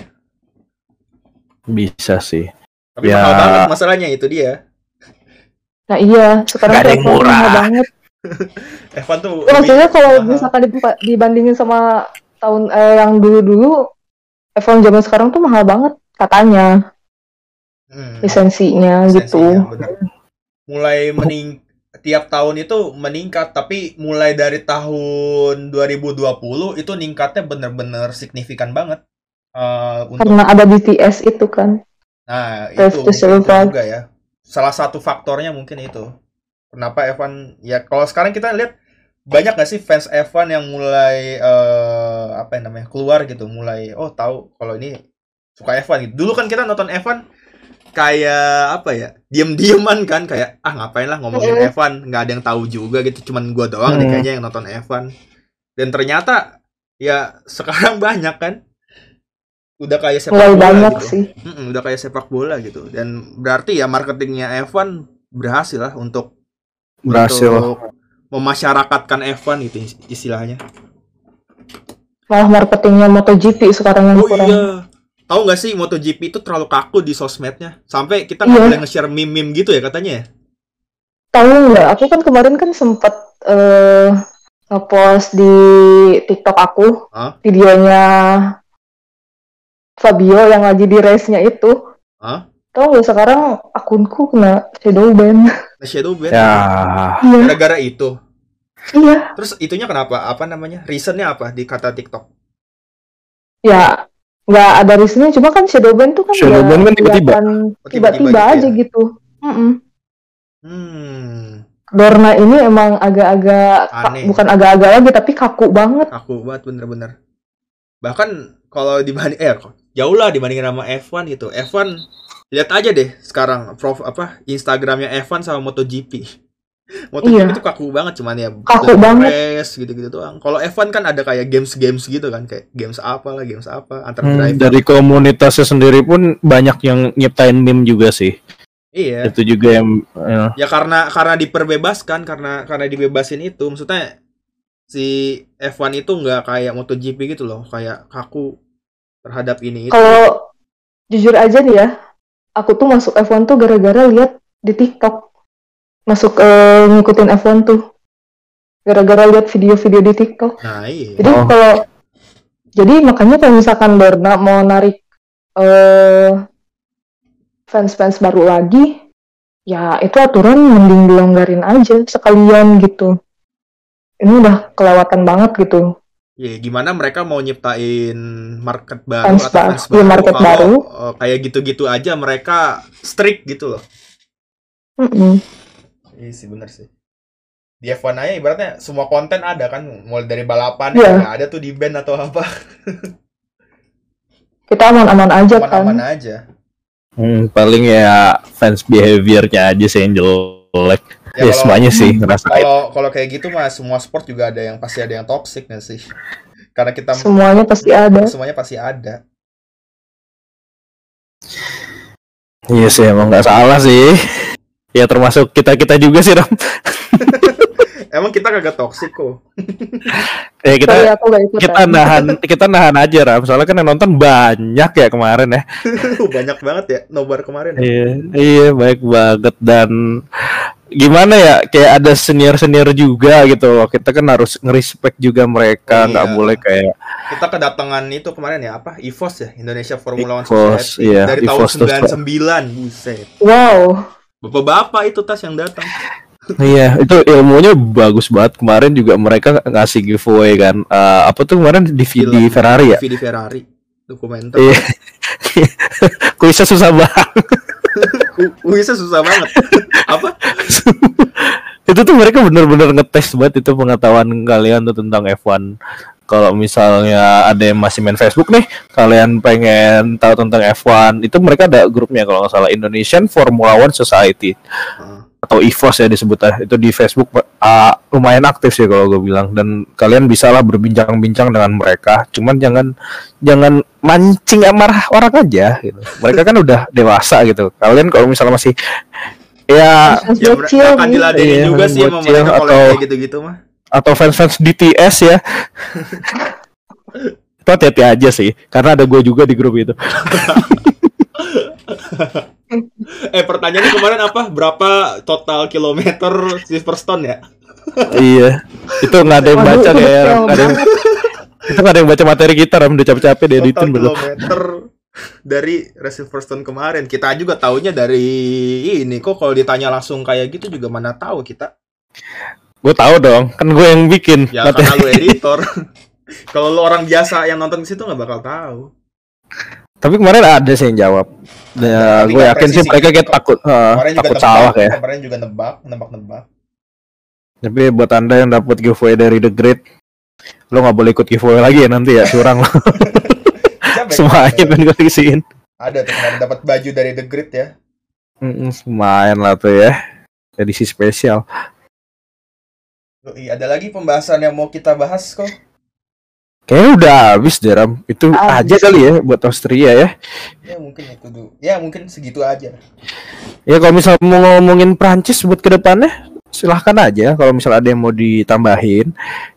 Bisa sih. Tapi Ya. mahal banget masalahnya, itu dia. Nah iya, sekarang Nggak ada yang F satu murah. mahal banget. F satu tuh Ya, maksudnya kalau mahal. misalkan dipa- dibandingin sama tahun eh, yang dulu-dulu, F satu zaman sekarang tuh mahal banget katanya Hmm. lisensinya gitu. Lisensinya, bener. Mulai mening tiap tahun itu meningkat, tapi mulai dari tahun dua ribu dua puluh itu ningkatnya bener-bener signifikan banget. Uh, untuk Karena ada B T S itu kan. nah Drive itu, to itu Survive. juga ya. Salah satu faktornya mungkin itu. Kenapa F satu ya, kalau sekarang kita lihat banyak gak sih fans F satu yang mulai uh, apa yang namanya keluar gitu, mulai oh tahu kalau ini suka F satu gitu. Dulu kan kita nonton F satu kayak apa ya, diem-dieman kan, kayak ah ngapain lah ngomongin Mm. F satu, nggak ada yang tahu juga gitu, cuman gua doang nih Hmm. kayaknya yang nonton F satu. Dan ternyata ya sekarang banyak kan, udah kayak sepak Mulai bola banyak gitu. sih. Mm-mm, udah kayak sepak bola gitu. Dan berarti ya marketingnya F satu berhasil lah untuk Berhasil. untuk memasyarakatkan F satu itu istilahnya. Malah marketingnya MotoGP sekarang yang Oh kurang. iya. Tahu nggak sih MotoGP itu terlalu kaku di sosmednya, sampai kita nggak Iya. boleh nge-share meme-meme gitu ya katanya ya. Tahu nggak? Aku kan kemarin kan sempat eh ngepost di TikTok aku Hah? videonya Fabio yang lagi di race-nya itu. Hah? Tahu nggak sekarang akunku kena shadow ban? Nah, shadow ban. Ya, Iya, Gara-gara itu. iya. Terus itunya kenapa? Apa namanya? Reasonnya apa di kata TikTok? Ya nggak ada reason-nya, cuma kan shadow ban tuh kan Shadow ya ban kan tiba-tiba. kelihatan Oh, tiba-tiba gitu aja ya? gitu. Mm-mm. Hmm, Dorna ini emang agak-agak ka- Aneh. bukan agak-agak lagi tapi kaku banget. kaku banget bener-bener. Bahkan kalau dibanding eh jauh lah dibandingin sama F satu gitu. F satu lihat aja deh sekarang prof apa Instagramnya F satu sama MotoGP. MotoGP Iya. itu kaku banget, cuman ya Kaku banget. race gitu-gitu doang. Kalau F satu kan ada kayak games-games gitu kan, kayak games apa lah, games apa antar hmm, driver. dari komunitasnya sendiri pun banyak yang nyiptain meme juga sih. Iya. Itu juga yang ya, Ya karena karena diperbebaskan, karena karena dibebasin itu, maksudnya si F satu itu nggak kayak MotoGP gitu loh, kayak kaku terhadap ini itu. Kalau jujur aja nih ya, aku tuh masuk F satu tuh gara-gara lihat di TikTok. Masuk eh, ngikutin F satu tuh gara-gara lihat video-video di TikTok. Nah iya. Jadi Oh. kalau jadi makanya kalau misalkan Dorna mau narik eh fans-fans baru lagi, ya itu aturan mending dilonggarin aja sekalian gitu. Ini udah kelewatan banget gitu. Ya gimana mereka mau nyiptain market baru Fans atau baru, fans iya, baru market kalau baru. eh, kayak gitu-gitu aja mereka strict gitu loh. Mm-mm. Iya sih, bener sih. Di F satu aja ibaratnya semua konten ada kan, mulai dari balapan Iya. nggak ada tuh di band atau apa, Kita aman-aman aja aman-aman kan. aja. hmm, paling ya fans behaviornya aja sih yang jelek. Ya, Ya, kalau- semuanya sih ngerasain. Kalau kalau kayak gitu mah semua sport juga ada yang pasti ada yang toxic nggak sih? Karena kita Semuanya pasti ada. semuanya pasti ada. Iya sih, emang nggak salah sih. Ya termasuk kita kita juga sih, Ram. Emang kita kagak toksik kok. Ya kita Sorry, aku gak ikutan. kita nahan kita nahan aja, Ram. Soalnya kan yang nonton banyak ya kemarin ya. Banyak banget ya nobar kemarin. Ya? Iya, iya baik banget. Dan gimana ya, kayak ada senior-senior juga gitu. Kita kan harus nge-respect juga mereka, nggak Iya. boleh kayak Kita kedatangan itu kemarin ya apa? I V O S ya, Indonesia Formula One I V O S, Society iya, dari I V O tahun S tuh, sembilan puluh sembilan. Buset. Wow. Bapak-bapak itu tas yang datang. iya, itu ilmunya bagus banget. Kemarin juga mereka ngasih giveaway kan. Eh, apa tuh kemarin D V D Film Ferrari ya? D V D Ferrari. Dokumenter. Iya. Kuisnya susah banget. Kuisnya susah banget. Apa? Itu tuh mereka bener-bener ngetes banget itu pengetahuan kalian tuh tentang F satu. Kalau misalnya ada yang masih main Facebook nih, kalian pengen tahu tentang F satu, itu mereka ada grupnya kalau nggak salah, Indonesian Formula One Society Ah. atau I V O S ya disebutnya. Itu di Facebook uh, lumayan aktif sih kalau gue bilang, dan kalian bisa lah berbincang-bincang dengan mereka. Cuman jangan jangan mancing amarah orang aja gitu. Mereka kan udah dewasa gitu. Kalian kalau misalnya masih ya Ya Bocil mereka akan nih. diladenin Iya, juga sih sama bocil mereka kalau atau- kayak gitu-gitu mah. atau fans-fans D T S ya, itu hati-hati aja sih, karena ada gue juga di grup itu. Eh pertanyaannya kemarin apa? Berapa total kilometer Silverstone ya? Iya, itu nggak ada yang baca Waduh, kayak jauh nggak ada yang, itu nggak ada yang baca materi kita, Ram, udah capek-capek Total dieditin belum. kilometer dari race Silverstone kemarin. Kita juga taunya dari ini kok, kalau ditanya langsung kayak gitu juga mana tahu kita. Gue tahu dong, kan gue yang bikin Ya materi. karena lu editor. Kalau lu orang biasa yang nonton ke situ nggak bakal tahu. Tapi kemarin ada sih yang jawab. Ya, Tapi gue nggak yakin sih presisi mereka gitu. kayak takut, uh, Kemarin juga takut nebak, salah kayak. kemarin juga nebak, nebak-nebak. Tapi buat anda yang dapat giveaway dari The Great, lo nggak boleh ikut giveaway lagi ya nanti ya, curang lo. Siapa yang Semuanya kemarin? kan gue isiin. Ada tuh kemarin dapat baju dari The Grid ya. Mm-mm, lumayan lah tuh ya, edisi spesial. Yoi, ada lagi pembahasan yang mau kita bahas kok. Kayaknya udah habis deh, Ram. Itu Habis. aja kali ya buat Austria ya. Ya mungkin itu dulu. Ya mungkin segitu aja. Ya kalau misal mau ngomongin Prancis buat kedepannya, silahkan aja. Kalau misal ada yang mau ditambahin.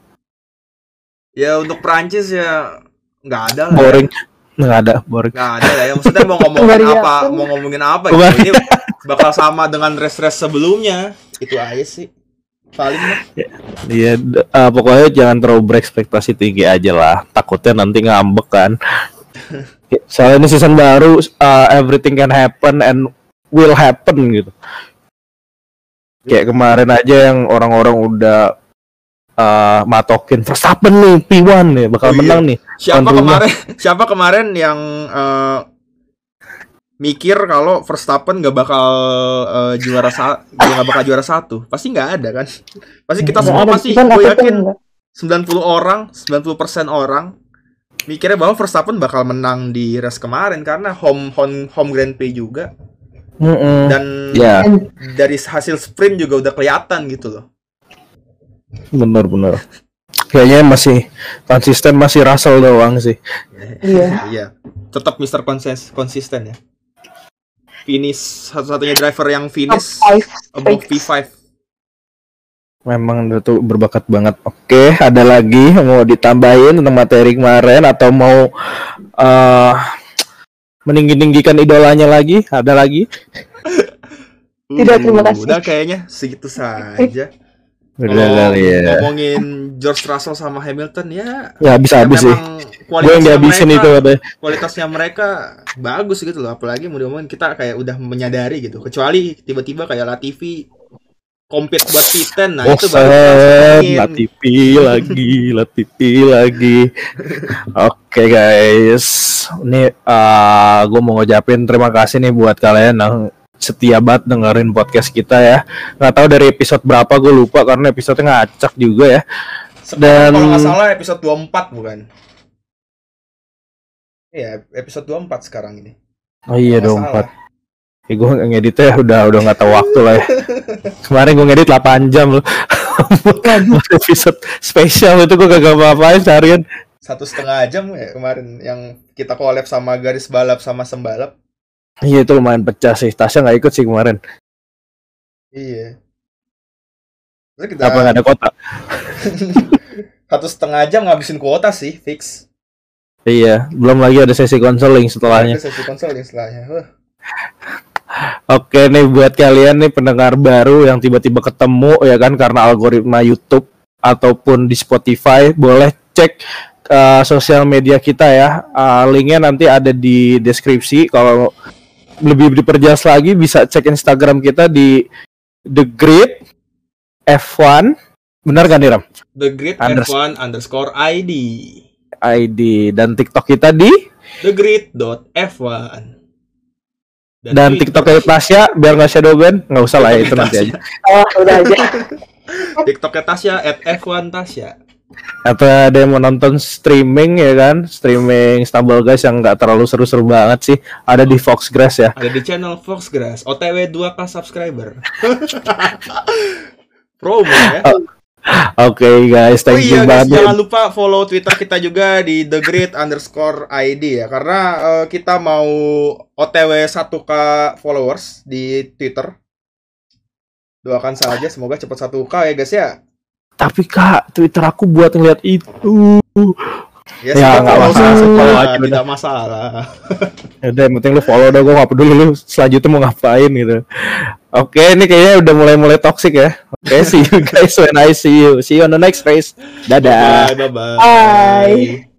Ya untuk Prancis ya nggak ada lah. Boring. Nggak ada, boring. Nggak ada lah ya. Maksudnya mau ngomongin Nggak apa? yakin. Mau ngomongin apa Nggak gitu. Ini bakal sama dengan race-race sebelumnya. Itu aja sih. Paling mah. Iya, d- eh, pokoknya jangan terlalu berekspektasi tinggi aja lah. Takutnya nanti ngambek kan. Soalnya ini season baru, uh, everything can happen and will happen gitu. Kayak kemarin aja yang orang-orang udah uh, matokin Verstappen nih P satu nih bakal Oh iya. menang nih. Siapa Tuan rumah. kemarin? Siapa kemarin yang eh, mikir kalau Verstappen nggak bakal eh, juara sa- nggak bakal juara satu? Pasti nggak ada kan? Pasti kita Nggak semua ada, pasti, cuman gue aku tuh yakin enggak. sembilan puluh orang, sembilan puluh persen orang mikirnya bahwa Verstappen bakal menang di race kemarin karena home home home Grand Prix juga, Mm-mm. dan Ya, Dan dari hasil sprint juga udah kelihatan gitu loh. benar-benar. Kayaknya masih konsisten, masih Russell doang sih. Iya. Iya. Tetap mister Konses konsisten ya. Finish satu-satunya driver yang top finish five above P fix. lima. Memang dia tuh berbakat banget. Oke, ada lagi yang mau ditambahin tentang materi kemarin atau mau uh, meninggi-tinggikan idolanya lagi? Ada lagi? Tidak, terima kasih. Udah kayaknya segitu saja. Udah Kalau kali ya. ngomongin George Russell sama Hamilton ya, Ya bisa habis sih. memang Gue yang kualitasnya dihabisin mereka, itu katanya. kualitasnya mereka bagus gitu loh. Apalagi mau diomongin kita kayak udah menyadari gitu. Kecuali tiba-tiba kayak Latifi compete buat P sepuluh, nah itu baru kita Bosan, sayangin. Latifi lagi, Latifi lagi. Oke guys, ini uh, gue mau ngucapin terima kasih nih buat kalian yang setia banget dengerin podcast kita ya. Nggak tahu dari episode berapa, gue lupa karena episodenya ngacak juga ya. Sekarang Dan- kalau nggak salah episode dua puluh empat bukan? Iya, episode dua puluh empat sekarang ini. Oh iya Kalau dong, nggak empat. salah. Ya, gue ngeditnya udah udah nggak tahu waktu lah ya. Kemarin gue ngedit delapan jam loh. Buat episode spesial itu gue kagak apa-apain seharian. Satu setengah jam ya kemarin yang kita collab sama Garis Balap sama Sembalap. Iya itu lumayan pecah sih. Tasya nggak ikut sih kemarin. Iya. Terus kita Apa nggak ada kota? satu setengah jam ngabisin kuota sih, fix. Iya, belum lagi ada sesi konseling setelahnya. Ada sesi konseling setelahnya. Huh. Oke nih buat kalian nih pendengar baru yang tiba-tiba ketemu ya kan karena algoritma YouTube ataupun di Spotify, boleh cek uh, sosial media kita ya. Uh, linknya nanti ada di deskripsi. Kalau lebih diperjelas lagi bisa cek Instagram kita di The Great F one. Benar kan nih Ram? The Great F one underscore I D. I D dan TikTok kita di The Great dot F one. Dan, dan TikToknya Tasya biar nggak shadow ban, nggak usah lah ya, itu nanti aja. Oh udah aja. TikToknya Tasya at F one Tasya. Atau ada yang mau nonton streaming ya kan, streaming Stumble Guys yang nggak terlalu seru-seru banget sih, ada di Foxgrass ya. Ada di channel Foxgrass. O T W dua K subscriber. Promo ya. Oh. Oke okay, guys, thank oh, iya, you guys, banget. Jangan lupa follow Twitter kita juga di The Great underscore I D ya, karena uh, kita mau O T W satu K followers di Twitter. Doakan saja semoga cepat satu K ya guys ya. Tapi Kak, Twitter aku buat ngeliat itu. Ya, ya nggak masalah, masalah. Aja, tidak masalah. Ya udah, yang penting lu follow dah, gue nggak peduli lu selanjutnya mau ngapain gitu. Oke, ini kayaknya udah mulai-mulai toxic ya. Oke, see you guys when I see you. See you on the next race. Dadah. Bye bye. Bye. Bye.